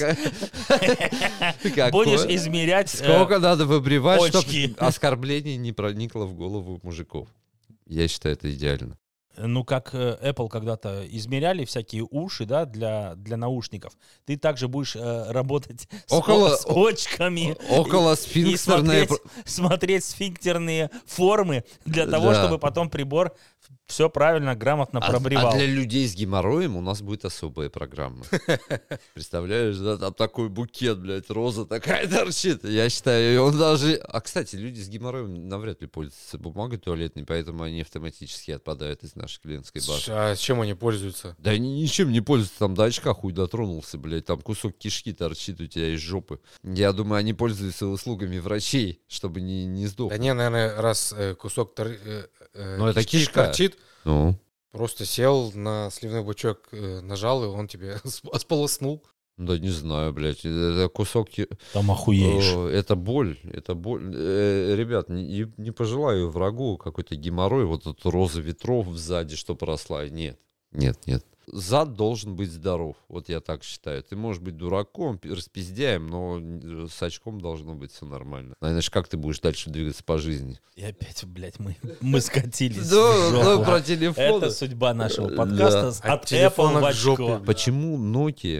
какое- Будешь измерять Сколько надо выбривать, очки. чтобы оскорбление не проникло в голову мужиков. Я считаю, это идеально. ну, как Apple когда-то измеряли всякие уши, да, для наушников. Ты также будешь работать Около- с очками. Около И сфинктерные... смотреть сфинктерные формы для того, Да. чтобы потом прибор все правильно, грамотно пробривал. А для людей с геморроем у нас будет особая программа. Представляешь, да, там такой букет, блядь, роза такая торчит. Я считаю, он даже... А, кстати, люди с геморроем навряд ли пользуются бумагой туалетной, поэтому они автоматически отпадают из нашей клиентской базы. Слушай, а с чем они пользуются? Да они ничем не пользуются, там до очка хуй дотронулся, блядь, там кусок кишки торчит у тебя из жопы. Я думаю, они пользуются услугами врачей, чтобы не сдох. Да не, наверное, раз кусок Ну, это кишки кишка. торчит, Ну, просто сел на сливной бачок, нажал, и он тебе сполоснул. да не знаю, блядь, это кусок... Там охуеешь. Это боль, это боль. Ребят, не пожелаю врагу какой-то геморрой, вот эта роза ветров сзади, что поросла. Нет, нет, нет. Зад должен быть здоров, вот я так считаю. Ты можешь быть дураком, распиздяем, но с очком должно быть все нормально. Иначе как ты будешь дальше двигаться по жизни? И опять, блядь, мы скатились в Да, жопу. про телефон. Это судьба нашего подкаста. От От телефона Apple в к жопе. очко. Почему Nokia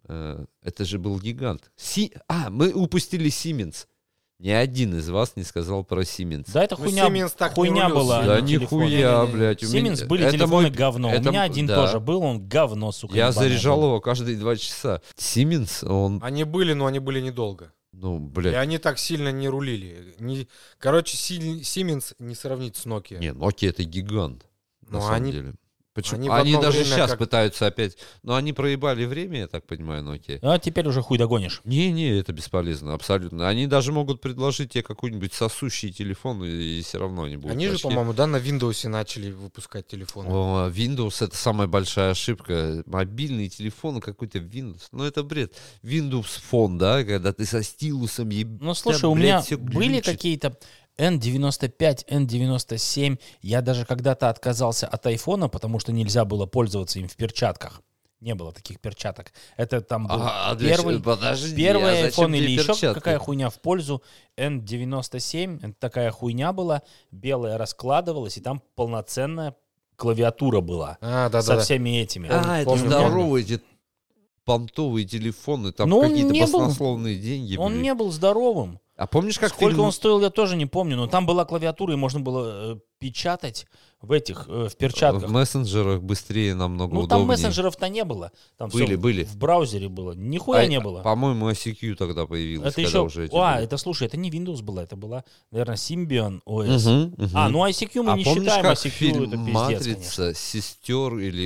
Это же был гигант. Мы упустили Siemens. Ни один из вас не сказал про Siemens. Да, это Ну, хуйня, Siemens так не хуйня рулил была. сильно. Да а не телефон. нихуя, Не-не-не. блядь. Siemens были это телефоны мой- говно. У это меня один да. тоже был, он говно, сука. Я ебаное заряжал был. его каждые 2 часа. Siemens, он, Они были, но они были недолго. ну, И блядь. они так сильно не рулили. Короче, Siemens не сравнить с Nokia. Не, Nokia это гигант, на Ну, самом они- деле. Почему? они в Они одно даже время сейчас как- пытаются опять... Но они проебали время, я так понимаю, Nokia. А теперь уже хуй догонишь. Не, это бесполезно, абсолютно. Они даже могут предложить тебе какой-нибудь сосущий телефон, и все равно они будут Они же, в очке. по-моему, да, на Windows начали выпускать телефоны. О, Windows — это самая большая ошибка. Мобильный телефон, какой-то Windows. Ну, это бред. Windows Phone, да, когда ты со стилусом Ну, слушай, у меня были какие-то N95, N97. Я даже когда-то отказался от айфона, потому что нельзя было пользоваться им в перчатках. Не было таких перчаток. Это там был Подожди, первый а зачем iPhone или тебе еще перчатки? какая хуйня в пользу. N97, это такая хуйня была, белая раскладывалась, и там полноценная клавиатура была. Да. Со всеми этими. Это Помню, здоровые эти понтовые телефоны, там Но он какие-то не был- баснословные деньги Он были. не был здоровым. А помнишь, как Сколько фильм- он стоил, я тоже не помню, но там была клавиатура, и можно было печатать в перчатках. в мессенджерах быстрее намного Ну, там удобнее. мессенджеров-то не было. Там Были, всё были. в браузере было. Нихуя не было. По-моему, ICQ тогда появилась. Это когда еще... уже эти были. это, слушай, это не Windows была, это была, наверное, Symbian OS. Мгм. Ну ICQ мы А не помнишь, считаем, как ICQ фильм это пиздец, «Матрица» конечно. сестер или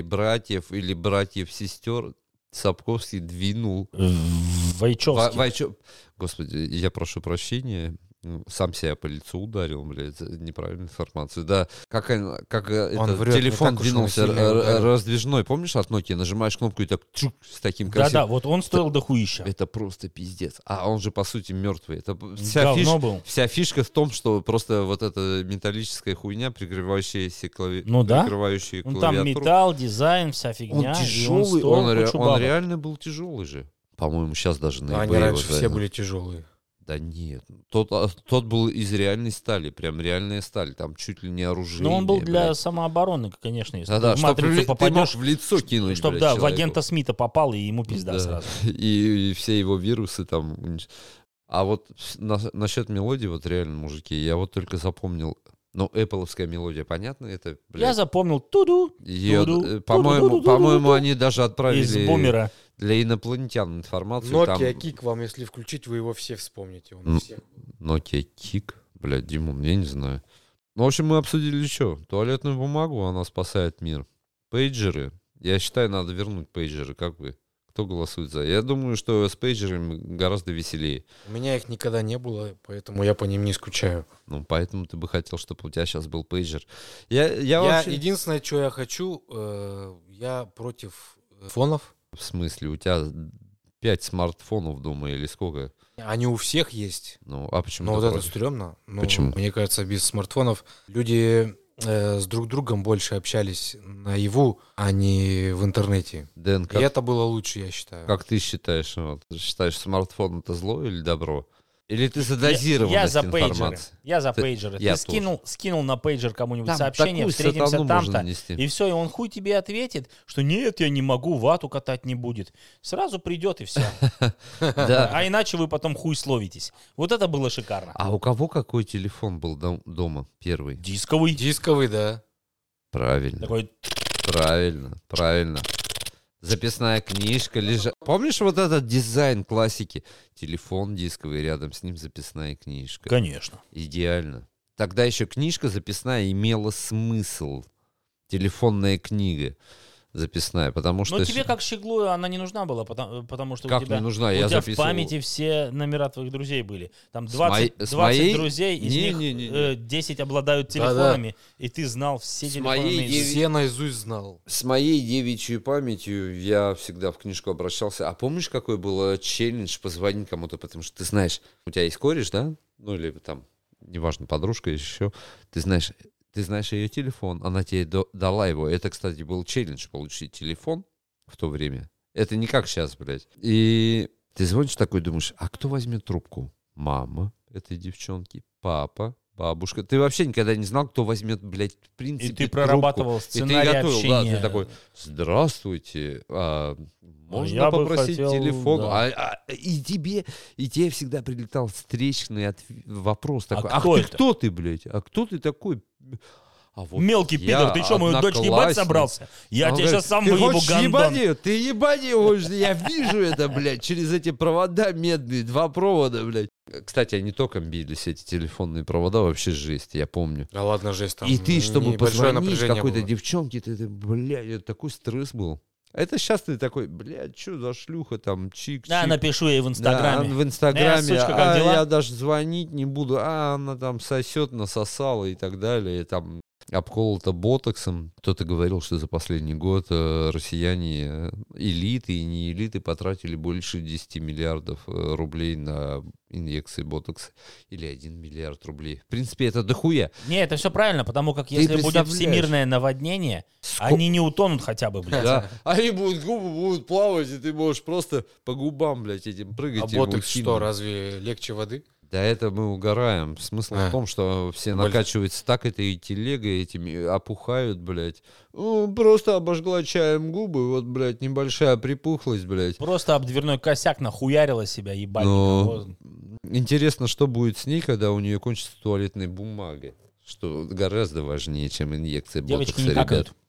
братьев-сестер Сапковский двинул? Вайчевский. Господи, я прошу прощения. Сам себя по лицу ударил, блядь, за неправильную информацию. Да, как этот врет, не телефон так уж он двинулся сильно ударил. раздвижной. Помнишь от Nokia? Нажимаешь кнопку и так чук, с таким красивым. Да-да, вот он стоил дохуища. Это просто пиздец. А он же, по сути, мертвый. Это вся Говно был. Вся фишка в том, что просто вот эта металлическая хуйня, прикрывающая Ну да. прикрывающая Ну там клавиатуру. металл, дизайн, вся Он фигня. и тяжелый, стоил он кучу бабок. реально был тяжелый же. По-моему, сейчас даже на Они eBay раньше его все были тяжелые. Да нет. Тот был из реальной стали. Прям реальная сталь. Там чуть ли не оружие. Ну, он был для самообороны, конечно, если Да-да, ты в чтоб матрицу ты мог попадешь, в лицо кинуть, чтобы, блядь, да, в человеку. агента Смита попал, и ему пизда Да. сразу. И все его вирусы там. А вот насчет мелодии, вот реально, мужики, я вот только запомнил. Ну, Apple'овская мелодия, понятно? Это, блядь, Я запомнил туду её, туду-ду-ду-ду-ду-ду-ду-ду. по-моему, они даже из отправили бумера. для инопланетян информацию. Nokia там Kick вам, если включить, вы его все вспомните. Он у всех. Nokia Kick, блядь, Димон, я не знаю. Ну, в общем, мы обсудили что? Туалетную бумагу, она спасает мир. Пейджеры. Я считаю, надо вернуть пейджеры. Как вы? Кто голосует за? Я думаю, что с пейджерами гораздо веселее. У меня их никогда не было, поэтому я по ним не скучаю. Ну, поэтому ты бы хотел, чтобы у тебя сейчас был пейджер. Я вообще... Единственное, что я хочу, я против фонов. В смысле, у тебя 5 смартфонов дома или сколько? Они у всех есть. Ну, а почему Но ты вот это против? стрёмно. Ну, Почему? Мне кажется, без смартфонов люди с друг другом больше общались наяву, а не в интернете. Дэн, И как, это было лучше, я считаю. как ты считаешь? Вот, ты считаешь, смартфон это зло или добро? Или ты за дозированность Я за пейджеры. информации? Я за Ты- пейджеры. я Ты скинул на пейджер кому-нибудь Там сообщение, такую встретимся сатану можно там-то, нанести. и все, и он хуй тебе ответит, что нет, я не могу, вату катать не будет. Сразу придет и все. Да. А иначе вы потом хуй словитесь. Вот это было шикарно. А у кого какой телефон был дома первый? Дисковый. Дисковый, да. Правильно, Такой, правильно. Записная книжка лежа. Помнишь вот этот дизайн классики? Телефон дисковый, рядом с ним записная книжка. конечно. Идеально. Тогда еще книжка записная имела смысл. Телефонная книга записная, потому что... Но тебе как щеглу она не нужна была, потому что Как у тебя, не нужна? у Я тебя в записывал. памяти все номера твоих друзей были. Там 20, с 20 моей? друзей, из них Не-не-не-не. 10 обладают Да-да. телефонами, и ты знал все С телефоны. моей наизусть. Все наизусть знал. С моей девичьей памятью я всегда в книжку обращался. А помнишь, какой был челлендж позвонить кому-то? Потому что ты знаешь, у тебя есть кореш, да? Ну или там, неважно, подружка еще. Ты знаешь ее телефон, она тебе дала его. Это, кстати, был челлендж, получить телефон в то время. Это не как сейчас, блядь. И ты звонишь такой, думаешь, а кто возьмет трубку? Мама этой девчонки, папа, бабушка. Ты вообще никогда не знал, кто возьмет, блядь, в принципе, И ты трубку. прорабатывал И ты сценарий готовил, общения. да, ты такой, здравствуйте, можно я бы попросить хотел, телефон? да. И тебе всегда прилетал встречный вопрос такой, кто это? кто ты, блядь? А кто ты такой? А вот Мелкий я пидор, ты что, мою дочь ебать одноклассник. собрался? Я Он тебе говорит, сейчас сам ты выебу хочешь гандон. ебать ее? Ты ебать ее, я вижу это, блядь, через эти провода медные, 2 провода, блядь. Кстати, они током бились, эти телефонные провода, вообще жесть, я помню. Да ладно, жесть там. И ты, чтобы небольшое позвонить напряжение какой-то было. девчонке, ты, блядь, это такой стресс был. Это сейчас ты такой, блядь, что за шлюха там, чик-чик. Да, напишу ей в Да, Инстаграме. в Инстаграме, сучка, как дела? я даже звонить не буду, она там сосет, насосала и так далее, там обколота ботоксом. Кто-то говорил, что за последний год россияне, элиты и не элиты, потратили больше 10 миллиардов рублей на инъекции ботокса. Или 1 миллиард рублей. В принципе, это дохуя. Не, это все правильно, потому как если будет представляешь? всемирное наводнение, они не утонут хотя бы, блядь. Да, они губы будут плавать, и ты можешь просто по губам, блядь, этим прыгать. А и ботокс мультфильм. что, разве легче воды? Да это мы угораем. Смысл в том, что все накачиваются так этой телегой, этими опухают, блядь. Просто обожгла чаем губы, вот, блядь, небольшая припухлость, блядь. Просто об дверной косяк нахуярила себя, ебальник. Но интересно, что будет с ней, когда у нее кончится туалетная бумага. Что гораздо важнее, чем инъекция Девочки ботокса, не какают. ребят.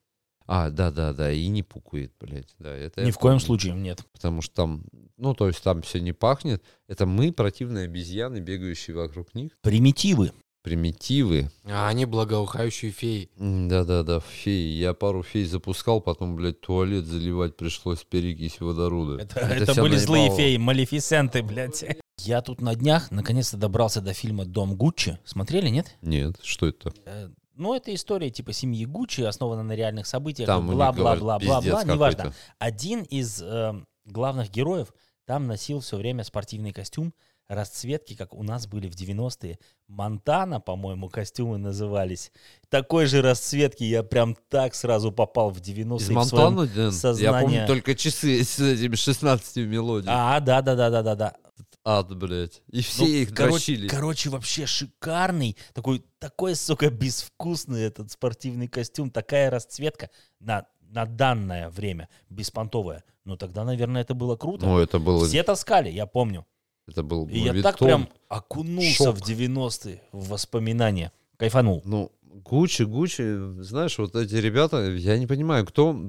Да, и не пукает, блядь. Да, это Ни я в коем помню. случае нет. Потому что там, то есть там все не пахнет. Это мы, противные обезьяны, бегающие вокруг них. Примитивы. Примитивы. А они благоухающие феи. Да, феи. Я пару фей запускал, потом, блядь, туалет заливать пришлось перекись водорода. Это всё были злые наебало. феи, малефисенты, блядь. Я тут на днях наконец-то добрался до фильма «Дом Гуччи». Смотрели, нет? Нет, что это? Ну, это история типа семьи Гуччи, основана на реальных событиях. Там у них, говорят, Бла-бла-бла-бла-бла, пиздец неважно. какой-то. Один из главных героев там носил все время спортивный костюм, расцветки, как у нас были в 90-е. Монтана, по-моему, костюмы назывались. Такой же расцветки я прям так сразу попал в 90-е. Из в своем Монтана, Дэн? Я сознании. помню только часы с этими 16 мелодиями. Да. Ад, блядь. И все Ну, их дрочили. короче, вообще шикарный, такой, сука, безвкусный этот спортивный костюм, такая расцветка на данное время, беспонтовая. Ну, тогда, наверное, это было круто. Ну, это было... Все таскали, я помню. Это был И я мовитон. так прям окунулся Шок. в 90-е, в воспоминания. Кайфанул. Ну, Гуччи, знаешь, вот эти ребята, я не понимаю, кто...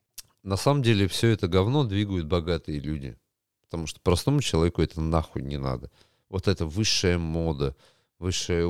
На самом деле все это говно двигают богатые люди. Потому что простому человеку это нахуй не надо. Вот это высшая мода, высшая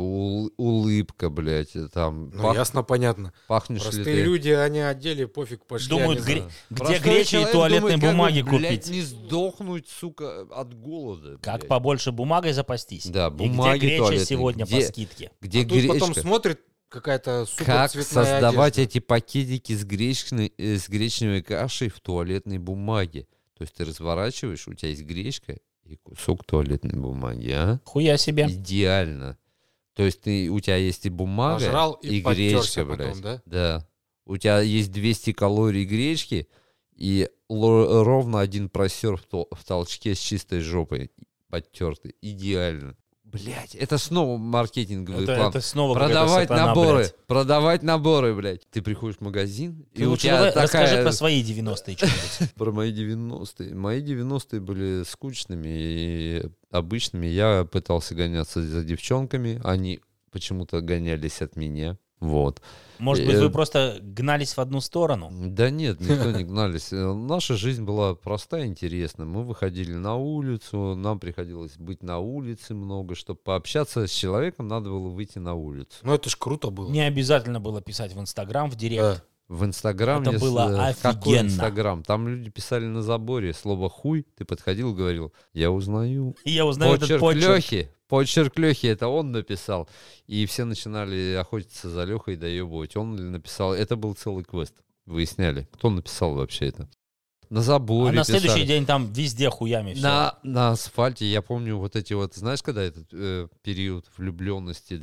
улыбка, блядь, там... Ну, ясно, понятно. Пахнешь ли Простые ты... люди, они одели, пофиг, пошли. Думают, они за- где Простой гречи и человек туалетной думает, как бы, бумаги блядь, купить. не сдохнуть, сука, от голода. Как блядь. побольше бумагой запастись. Да, И бумаги где греча туалетной, сегодня где- по скидке. Где А тут потом гречка? смотрит какая-то супер Как цветная создавать одежда. эти пакетики с гречневой кашей в туалетной бумаге? То есть ты разворачиваешь, у тебя есть гречка и кусок туалетной бумаги, а? Хуя себе. Идеально. То есть у тебя есть и бумага, Пожрал и гречка, подтерся потом, блядь. да? Да. У тебя есть 200 калорий гречки и ровно один просер в толчке с чистой жопой подтертый. Идеально. Блять, это снова маркетинговый план. Это снова Продавать какая-то сатана, наборы, блядь. продавать наборы, блядь. Ты приходишь в магазин, Ты и у лучше тебя давай такая... расскажи про свои 90-е что-нибудь. Про мои 90-е. Мои 90-е были скучными и обычными. Я пытался гоняться за девчонками, они почему-то гонялись от меня. Вот. Может быть, вы просто гнались в одну сторону? Да нет, никто не гнались. Наша жизнь была простая и интересная. Мы выходили на улицу, нам приходилось быть на улице много, чтобы пообщаться с человеком, надо было выйти на улицу. Ну, это ж круто было. Не обязательно было писать в Инстаграм, в Директ. Да. В Инстаграм... Это было Какой офигенно. Инстаграм? Там люди писали на заборе слово «хуй», ты подходил и говорил, я узнаю. И я узнаю этот почерк. Почерк Лехи, это он написал. И все начинали охотиться за Лехой и доебывать. Он ли написал? Это был целый квест. Выясняли, кто написал вообще это. На заборе А на писали. следующий день там везде хуями все. На асфальте, я помню вот эти вот, знаешь, когда этот период влюбленности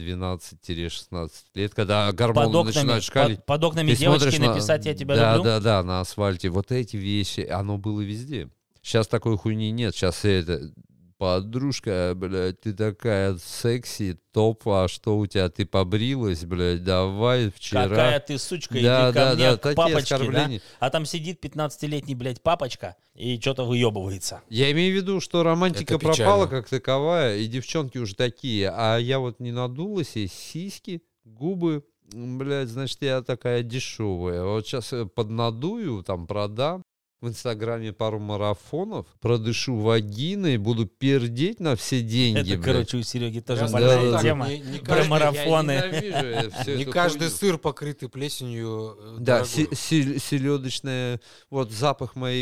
12-16 лет, когда гормоны начинают шкалить. Под окнами Ты девочки смотришь написать «я тебя люблю». Да, на асфальте. Вот эти вещи, оно было везде. Сейчас такой хуйни нет. Сейчас это подружка, блядь, ты такая секси, топ, а что у тебя, ты побрилась, блядь, давай вчера. Какая ты сучка, Да, иди ко да, мне да, к такие папочке, да? оскорбления. А там сидит 15-летний, блядь, папочка и что-то выебывается. Я имею в виду, что романтика Это печально. пропала как таковая, и девчонки уже такие, а я вот не надулась, и сиськи, губы, блядь, значит, я такая дешевая. Вот сейчас поднадую, там продам. В Инстаграме пару марафонов, продышу вагиной, буду пердеть на все деньги, Это, блядь. короче, у Сереги тоже Да, больная да, тема. не Про каждый- марафоны. Я ненавижу всю Не эту каждый хуйню. сыр, покрытый плесенью, Да, дорогой. селедочная, вот запах моей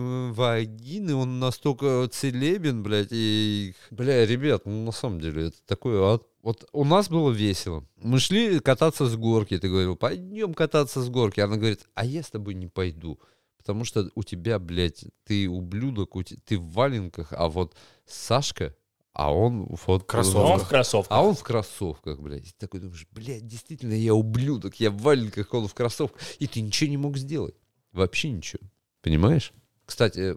вагины, он настолько целебен, блядь, и, бля, ребят, ну, на самом деле, это такое, вот у нас было весело. Мы шли кататься с горки, ты говорил, пойдем кататься с горки. Она говорит, а я с тобой не пойду, потому что у тебя, блядь, ты ублюдок, ты в валенках, а вот Сашка, а он вот... Кроссовках. Он в кроссовках. А он в кроссовках, блядь. И такой думаешь, блядь, действительно, я ублюдок, я в валенках, он в кроссовках. И ты ничего не мог сделать. Вообще ничего. Понимаешь? Кстати,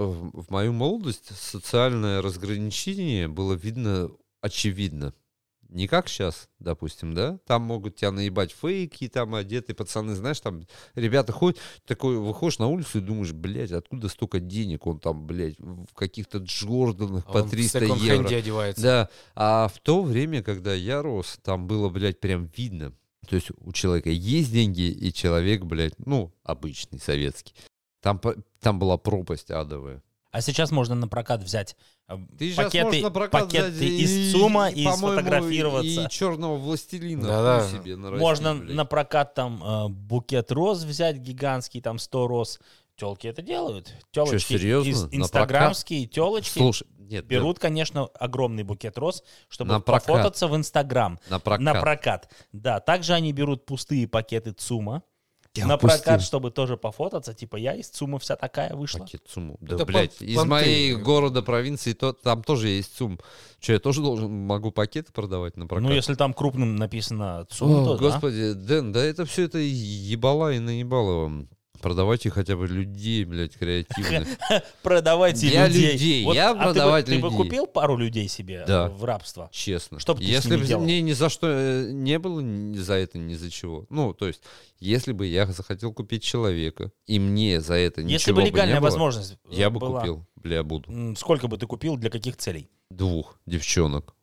в мою молодость социальное разграничение было видно очевидно. Не как сейчас, допустим, да? Там могут тебя наебать фейки, там одетые пацаны, знаешь, там ребята ходят, такой, выходишь на улицу и думаешь, блядь, откуда столько денег? Он там, блядь, в каких-то Джорданах А по он 300 в евро. секонд-хенде одевается. Да, а в то время, когда я рос, там было, блядь, прям видно. То есть у человека есть деньги, и человек, блядь, ну, обычный, советский. Там была пропасть адовая. А сейчас можно на прокат взять Ты сейчас пакеты, можешь на прокат пакеты взять из ЦУМа и по-моему, сфотографироваться. И черного властелина Да-да. хуй себе нарастить, Можно блядь. на прокат там букет роз взять гигантский, там 100 роз. Телки это делают. Телочки, серьезно? На инстаграмские телочки Слушай, нет, берут, конечно, огромный букет роз, чтобы На прокат. пофотаться в Инстаграм. на прокат. На прокат. Да, также они берут пустые пакеты ЦУМа. Я на упустил. прокат, чтобы тоже пофотаться. Типа, я из ЦУМа вся такая вышла. Пакет ЦУМу. Да, Это блядь, из понты. моей города, провинции, там тоже есть ЦУМ. Че, я тоже могу пакеты продавать на прокат? Ну, если там крупным написано ЦУМ, О, то да. господи, Дэн, да это все это ебала и наебало вам. Продавайте хотя бы людей, блядь, креативных. Продавайте Для людей. людей. Вот, Я а продавать ты бы людей. купил пару людей себе Да. в рабство? Честно. Что бы ты с Если ними бы делал? мне ни за что не было, ни за это, ни за чего. Ну, то есть, если бы я захотел купить человека, и мне за это ничего Если бы легальная не было, возможность я бы была, купил. Бля, буду. Сколько бы ты купил, для каких целей? 2 девчонок.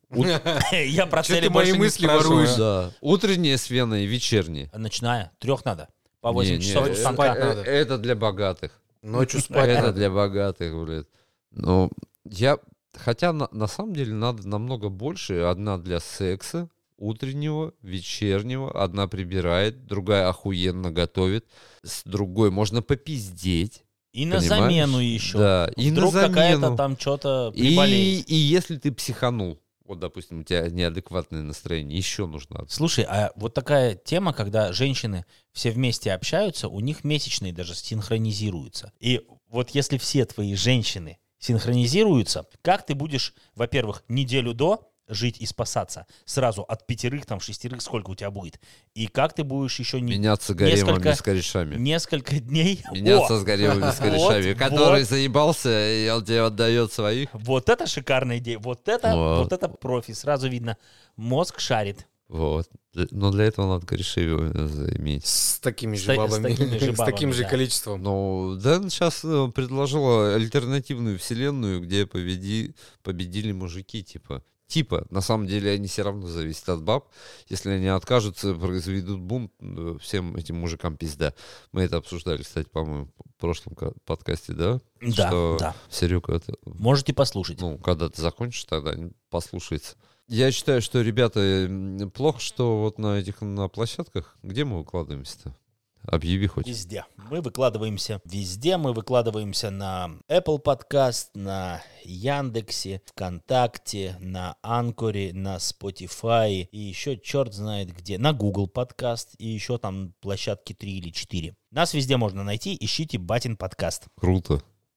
Я про Чё цели ты мои больше не мысли спрашиваю. воруешь? Да. Утренняя смена и вечерняя. Ночная. 3 надо. По 8 Не, часов не, станка. спать надо. Это для богатых. Ночью спать Это надо. для богатых, блядь. Но я... Хотя на самом деле надо намного больше. Одна для секса, утреннего, вечернего. Одна прибирает, другая охуенно готовит. С другой можно попиздеть. И на понимаешь? замену еще. Да, и Вдруг на какая-то замену. там что-то приболеет. И если ты психанул, вот, допустим, у тебя неадекватное настроение, еще нужно... Слушай, а вот такая тема, когда женщины все вместе общаются, у них месячные даже синхронизируются. И вот если все твои женщины синхронизируются, как ты будешь, во-первых, неделю до жить и спасаться сразу от 5, там, 6, сколько у тебя будет, и как ты будешь еще Меняться гаремами несколько- с корешами. несколько дней... Меняться О! с гаремами с корешами, Вот, который вот. заебался, и он тебе отдает своих. Вот это шикарная идея, вот это профи, сразу видно, мозг шарит. Вот. Но для этого надо корешей иметь. С такими С же та- с бабами. такими же С таким бабами, же да. количеством. Но Дэн сейчас предложила альтернативную вселенную, где победили мужики, типа. На самом деле они все равно зависят от баб. Если они откажутся, произведут бунт, всем этим мужикам пизда. Мы это обсуждали, кстати, по-моему, в прошлом подкасте, да? Да, Что да. Серега, это, Можете послушать. ну, когда ты закончишь, тогда послушается. Я считаю, что, ребята, плохо, что вот на площадках, где мы выкладываемся-то? Объяви хоть. Везде. Мы выкладываемся везде. Мы выкладываемся на Apple Podcast, на Яндексе, ВКонтакте, на Анкоре, на Spotify и еще черт знает где. На Google Podcast и еще там площадки 3 или 4. Нас везде можно найти. Ищите Батин подкаст. Круто.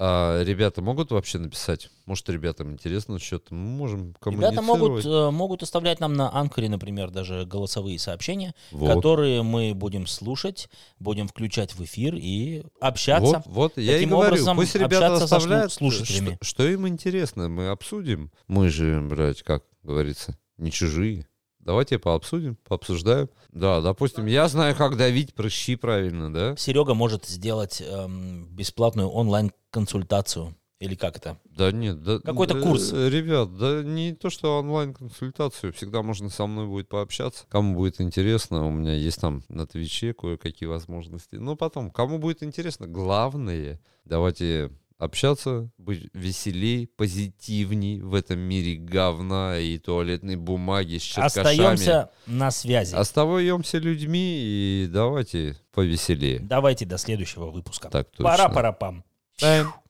А ребята могут вообще написать? Может, ребятам интересно что-то? Мы можем Ребята коммуницировать. могут оставлять нам на Анкоре, например, даже голосовые сообщения, Вот. которые мы будем слушать, будем включать в эфир и общаться. Вот, я и Таким говорю, образом, пусть ребята общаться со оставляют, слушателями. что им интересно, мы обсудим. Мы же, блядь, как говорится, не чужие. Давайте пообсудим, пообсуждаем. Да, допустим, я знаю, как давить прыщи правильно, да? Серега может сделать бесплатную онлайн-консультацию. Или как это? Да нет, да... Какой-то курс. Ребят, да не то, что онлайн-консультацию, всегда можно со мной будет пообщаться. Кому будет интересно, у меня есть там на Твиче кое-какие возможности. Но потом, кому будет интересно, главное, давайте общаться, быть веселей, позитивней в этом мире говна и туалетной бумаги с черкашами. Остаемся на связи. Остаемся людьми и давайте повеселее. Давайте до следующего выпуска. Так точно. Пара-пара-пам. Бэм.